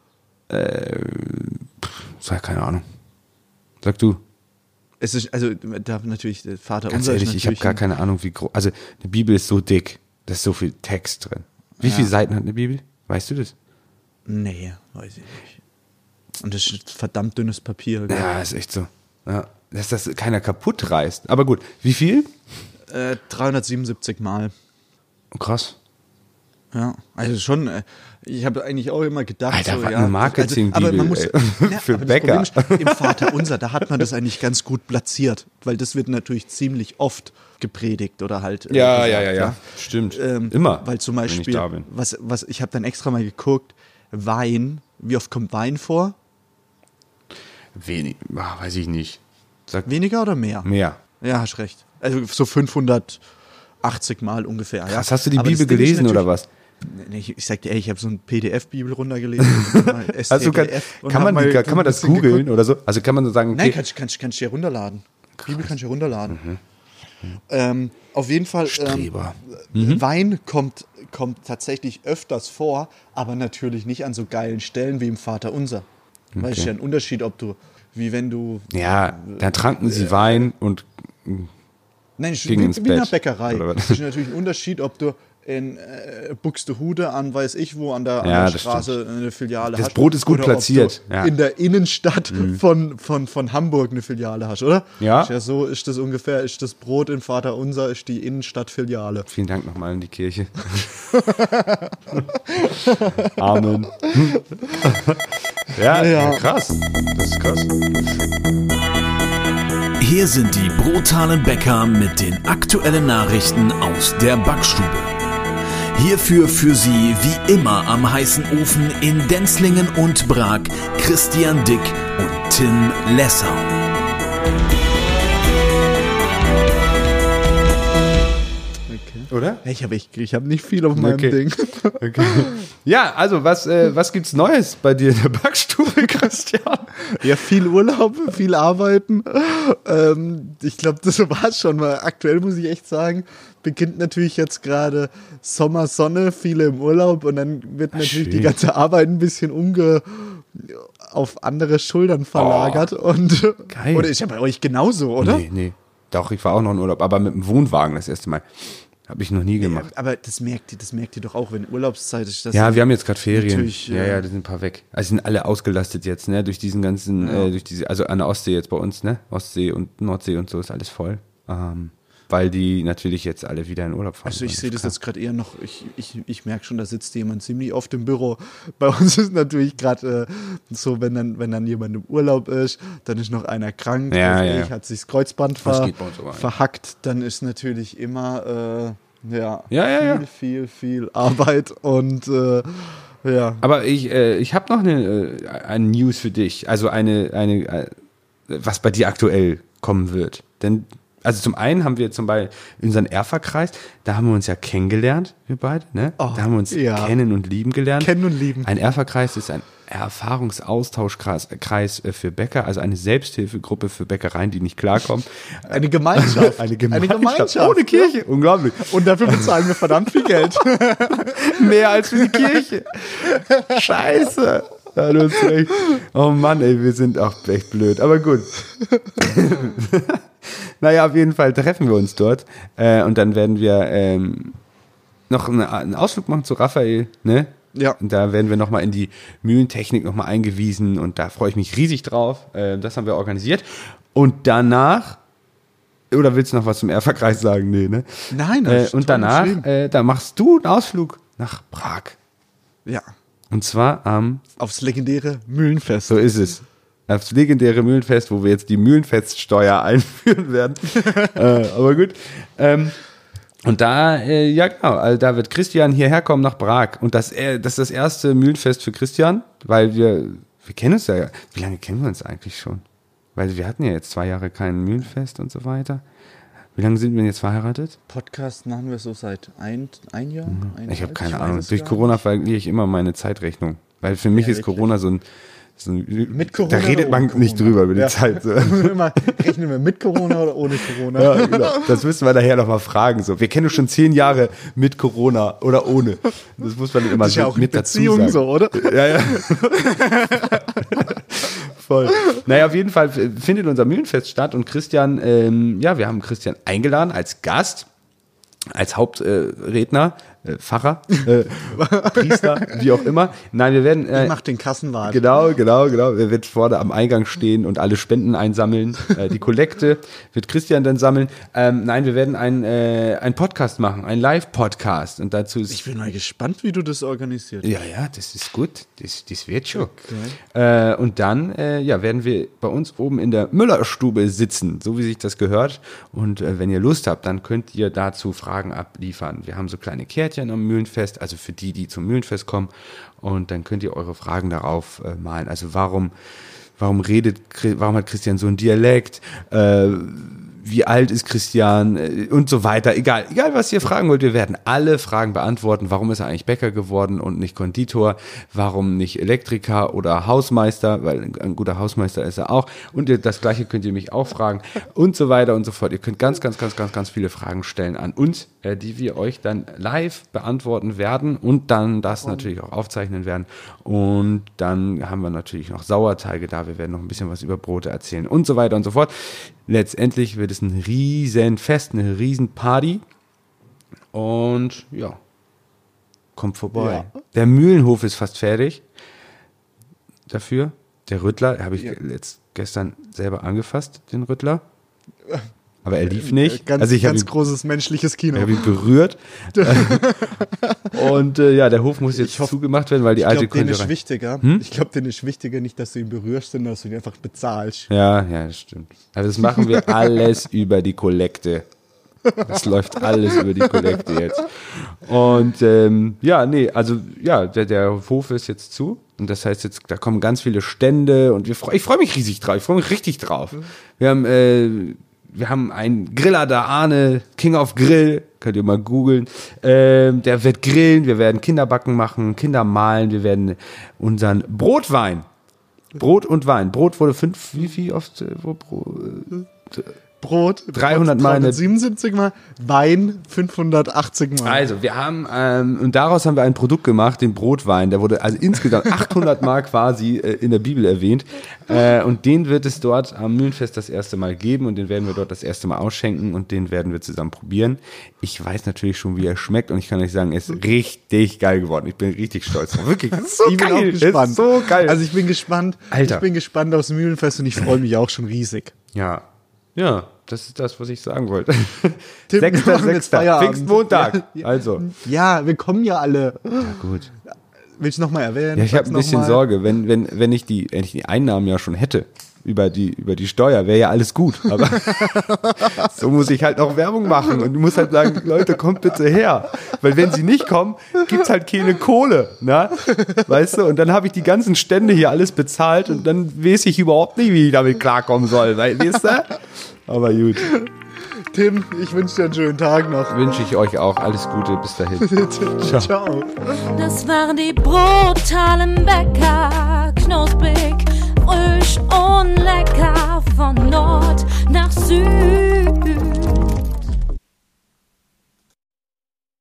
Sag keine Ahnung. Sag du. Es ist, also, da natürlich, der Vater Ganz unser ist ehrlich, ich habe natürlich gar ein- keine Ahnung, wie groß. Also, die Bibel ist so dick. Da ist so viel Text drin. Wie viele Seiten hat eine Bibel? Weißt du das? Nee, weiß ich nicht. Und das ist verdammt dünnes Papier. gell? Ja, ist echt so. Ja, dass das keiner kaputt reißt. Aber gut, wie viel? Äh, dreihundertsiebenundsiebzig Mal. Oh, krass. Ja, also schon, äh, ich habe eigentlich auch immer gedacht, Alter, so, was ja, eine Marketing-Bibel, also, aber man muss, ey. ja, Für aber das Bäcker. Problem ist, im Vater Unser, da hat man das eigentlich ganz gut platziert, weil das wird natürlich ziemlich oft gepredigt oder halt. äh, Ja, gesagt, ja, ja, ja. Stimmt. Ähm, Immer. Weil zum wenn ich Beispiel, da bin. was, was, ich habe dann extra mal geguckt, Wein, wie oft kommt Wein vor? Wenig. Ah, weiß ich nicht. Sag Weniger oder mehr? mehr. Ja, hast recht. Also so fünfhundertachtzig Mal ungefähr. Ja. Was, hast du die Aber das Bibel Ding ist gelesen oder natürlich- was? Nee, Ich, ich sag dir, ey, ich habe so ein P D F-Bibel runtergelesen. Also kann, kann, man, die, kann man das googeln oder so? Also kann man so sagen, okay, Nein, kannst, kannst, kannst du dir runterladen. Bibel kannst du dir runterladen. Ähm, auf jeden Fall, Streber. ähm, Wein kommt, kommt tatsächlich öfters vor, aber natürlich nicht an so geilen Stellen wie im Vater Unser. Weil es ist ja ein Unterschied, ob du, wie wenn du, ja, dann tranken sie Wein und nein, es ist Ging wie, ins wie in einer Bett, Bäckerei. oder was? Es ist natürlich ein Unterschied, ob du in äh, Buxtehude an weiß ich wo an der, an Ja, der das Straße eine Filiale Das hast. Brot ist gut oder platziert, Ob du ja. Mhm. in der Innenstadt von, von, von Hamburg eine Filiale hast, oder? Ja. Ist ja. So ist das ungefähr, ist das Brot in Vater Unser, ist die Innenstadtfiliale. vielen Dank nochmal in die Kirche. Amen. ja, Ja. krass. Das ist krass. Hier sind die brutalen Bäcker mit den aktuellen Nachrichten aus der Backstube. Hierfür für Sie wie immer am heißen Ofen in Denzlingen und Brag Christian Dick und Tim Lessau. Oder? Ich habe ich, ich hab nicht viel auf meinem Okay. Ding. Okay. Ja, also was, äh, was gibt's Neues bei dir in der Backstube, Christian? Ja, viel Urlaub, viel Arbeiten. Ähm, ich glaube, das war's schon mal. Aktuell muss ich echt sagen, beginnt natürlich jetzt gerade Sommer, Sonne, viele im Urlaub und dann wird natürlich schön. die ganze Arbeit ein bisschen umge auf andere Schultern verlagert. und geil. Oder ist ja bei euch genauso, oder? Nee, nee. Doch, ich war auch noch in Urlaub, aber mit dem Wohnwagen das erste Mal. Habe ich noch nie Ja, gemacht. aber das merkt ihr, das merkt ihr doch auch, wenn Urlaubszeit ist. Das Ja, wir haben jetzt gerade Ferien. natürlich, Ja, äh, ja, die sind ein paar weg. Also sind alle ausgelastet jetzt, ne? Durch diesen ganzen, Ja. äh, durch diese, also an der Ostsee jetzt bei uns, ne? Ostsee und Nordsee und so ist alles voll. Ähm, weil die natürlich jetzt alle wieder in Urlaub fahren. Also ich wollen. sehe das Klar. jetzt gerade eher noch, ich, ich, ich merke schon, da sitzt jemand ziemlich oft im Büro. Bei uns ist natürlich gerade äh, so, wenn dann, wenn dann jemand im Urlaub ist, dann ist noch einer krank, Ja, weiß ja, ich, ja. hat sich das Kreuzband Das ver, geht bei uns aber, ja. verhackt, dann ist natürlich immer äh, ja, Ja, ja, viel, ja. viel, viel Arbeit und äh, ja. Aber ich, äh, ich habe noch eine, äh, eine News für dich. Also eine, eine, äh, was bei dir aktuell kommen wird. Denn, also zum einen haben wir zum Beispiel unseren Erfa-Kreis, da haben wir uns ja kennengelernt, wir beide, ne? Oh, da haben wir uns ja. kennen und lieben gelernt. Kennen und lieben. Ein Erfa-Kreis ist ein Erfahrungsaustauschkreis Kreis äh, für Bäcker, also eine Selbsthilfegruppe für Bäckereien, die nicht klarkommen. Eine Gemeinschaft. Eine Gemeinschaft. Eine Gemeinschaft. Ohne Kirche. Unglaublich. Und dafür bezahlen wir verdammt viel Geld. Mehr als für die Kirche. Scheiße. Ja, du hast recht. Oh Mann, ey, wir sind auch echt blöd. Aber gut. Naja, auf jeden Fall treffen wir uns dort. Äh, und dann werden wir ähm, noch eine, einen Ausflug machen zu Raphael. Ne? Ja. Und da werden wir nochmal in die Mühlentechnik nochmal eingewiesen. Und da freue ich mich riesig drauf. Äh, das haben wir organisiert. Und danach... Oder willst du noch was zum Erfa-Kreis sagen? Nee, ne? Nein, das Äh, ist und toll danach, beschrieben. äh, da machst du einen Ausflug nach Prag. Ja, Und zwar am, aufs legendäre Mühlenfest. so ist es, das legendäre Mühlenfest, wo wir jetzt die Mühlenfeststeuer einführen werden. äh, aber gut. Ähm, und da, äh, ja genau, also da wird Christian hierher kommen nach Prag. Und das, äh, das ist das erste Mühlenfest für Christian, weil wir, wir kennen uns ja, wie lange kennen wir uns eigentlich schon? Weil wir hatten ja jetzt zwei Jahre kein Mühlenfest und so weiter. Wie lange sind wir jetzt verheiratet? Podcast machen wir so seit ein, ein Jahr. Mhm. Ich habe eineinhalb, keine weiß Ahnung. es Durch gar Corona nicht. verliere ich immer meine Zeitrechnung. Weil für mich Ja, ist wirklich. Corona so ein, so ein Mit Corona da redet oder man ohne nicht Corona? drüber über die Ja. Zeit. So. Immer, rechnen wir mit Corona oder ohne Corona? Ja, genau. Das müssen wir nachher nochmal fragen. So. Wir kennen uns schon zehn Jahre mit Corona oder ohne. Das muss man immer Das ist so ja auch in mit dazu Beziehungen sagen. so, oder? Ja, ja. Voll. Naja, auf jeden Fall findet unser Mühlenfest statt und Christian, ähm, ja, wir haben Christian eingeladen als Gast, als Hauptredner, äh, Pfarrer, äh, Priester, wie auch immer. Nein, wir werden... Äh, Ich mach den Kassenwart. Genau, genau, genau. Er wird vorne am Eingang stehen und alle Spenden einsammeln. Äh, die Kollekte wird Christian dann sammeln. Ähm, nein, wir werden einen äh, einen Podcast machen, einen Live-Podcast. Und dazu ist... Ich bin mal gespannt, wie du das organisierst. Ja, ja, das ist gut. Das, das wird schon. Äh, und dann äh, ja, werden wir bei uns oben in der Müllerstube sitzen, so wie sich das gehört. Und äh, wenn ihr Lust habt, dann könnt ihr dazu Fragen abliefern. Wir haben so kleine Kärtchen am Mühlenfest, also für die, die zum Mühlenfest kommen. Und dann könnt ihr eure Fragen darauf äh, malen. Also warum, warum redet, warum hat Christian so einen Dialekt? Äh, wie alt ist Christian äh, und so weiter. Egal, egal was ihr fragen wollt, wir werden alle Fragen beantworten. Warum ist er eigentlich Bäcker geworden und nicht Konditor? Warum nicht Elektriker oder Hausmeister? Weil ein, ein guter Hausmeister ist er auch. Und ihr, das Gleiche könnt ihr mich auch fragen und so weiter und so fort. Ihr könnt ganz, ganz, ganz, ganz, ganz viele Fragen stellen an uns, äh, die wir euch dann live beantworten werden und dann das natürlich auch aufzeichnen werden. Und dann haben wir natürlich noch Sauerteige da. Wir werden noch ein bisschen was über Brote erzählen und so weiter und so fort. Letztendlich wird es ein riesen Fest, eine riesen Party. Und ja, kommt vorbei. Ja. Der Mühlenhof ist fast fertig. Dafür. Der Rüttler, habe ich Ja. letzt, gestern selber angefasst, den Rüttler. Aber er lief nicht. Ganz, also ich habe ganz ihn, großes menschliches Kino. ich hab ihn berührt. Und äh, ja, der Hof muss jetzt Ich hoffe- zugemacht werden, weil die Ich alte glaube, denen könnte ist rein. wichtiger. Ich glaube, denen ist wichtiger nicht, dass du ihn berührst, sondern dass du ihn einfach bezahlst. Ja, ja, das stimmt. Also das machen wir alles über die Kollekte. Das läuft alles über die Kollekte jetzt. Und ähm, ja, nee, also ja, der, der Hof ist jetzt zu. Und das heißt jetzt, da kommen ganz viele Stände und wir freu, ich freue mich riesig drauf. Ich freue mich richtig drauf. Wir haben, äh, wir haben einen Griller da, Arne, King of Grill, könnt ihr mal googeln. Ähm, der wird grillen, wir werden Kinderbacken machen, Kinder malen, wir werden unseren Brotwein, Brot und Wein. Brot wurde fünf, wie, wie oft? Äh, wo, Bro, äh, Brot dreihundert Mal. siebenundsiebzig Mal, Wein fünfhundertachtzig Mal. Also, wir haben, ähm, und daraus haben wir ein Produkt gemacht, den Brotwein. Der wurde also insgesamt achthundert Mal quasi äh, in der Bibel erwähnt. Äh, und den wird es dort am Mühlenfest das erste Mal geben und den werden wir dort das erste Mal ausschenken und den werden wir zusammen probieren. Ich weiß natürlich schon, wie er schmeckt und ich kann euch sagen, er ist richtig geil geworden. Ich bin richtig stolz. Wirklich, das ist so ich bin geil. auch gespannt. Ist so geil. Also ich bin gespannt. Alter. Ich bin gespannt aufs Mühlenfest und ich freue mich auch schon riesig. Ja. Ja, das ist das, was ich sagen wollte. Tim, wir Sechster, machen jetzt Sechster, Feierabend. Pfingstmontag. Ja, ja. Also. Ja, wir kommen ja alle. Ja, gut. Willst du nochmal erwähnen? Ja, ich habe Sag's ein bisschen noch mal. Sorge, wenn, wenn, wenn, ich die, wenn ich die Einnahmen ja schon hätte über die, über die Steuer, wäre ja alles gut. Aber so muss ich halt auch Werbung machen und du musst halt sagen, Leute, kommt bitte her. Weil wenn sie nicht kommen, gibt's halt keine Kohle. Na? Weißt du? Und dann habe ich die ganzen Stände hier alles bezahlt und dann weiß ich überhaupt nicht, wie ich damit klarkommen soll. Weil, weißt du? Aber gut. Tim, ich wünsche dir einen schönen Tag noch. Wünsche ich euch auch alles Gute. Bis dahin. Ciao. Ciao. Das waren die brutalen Bäcker, knusprig, frisch und lecker.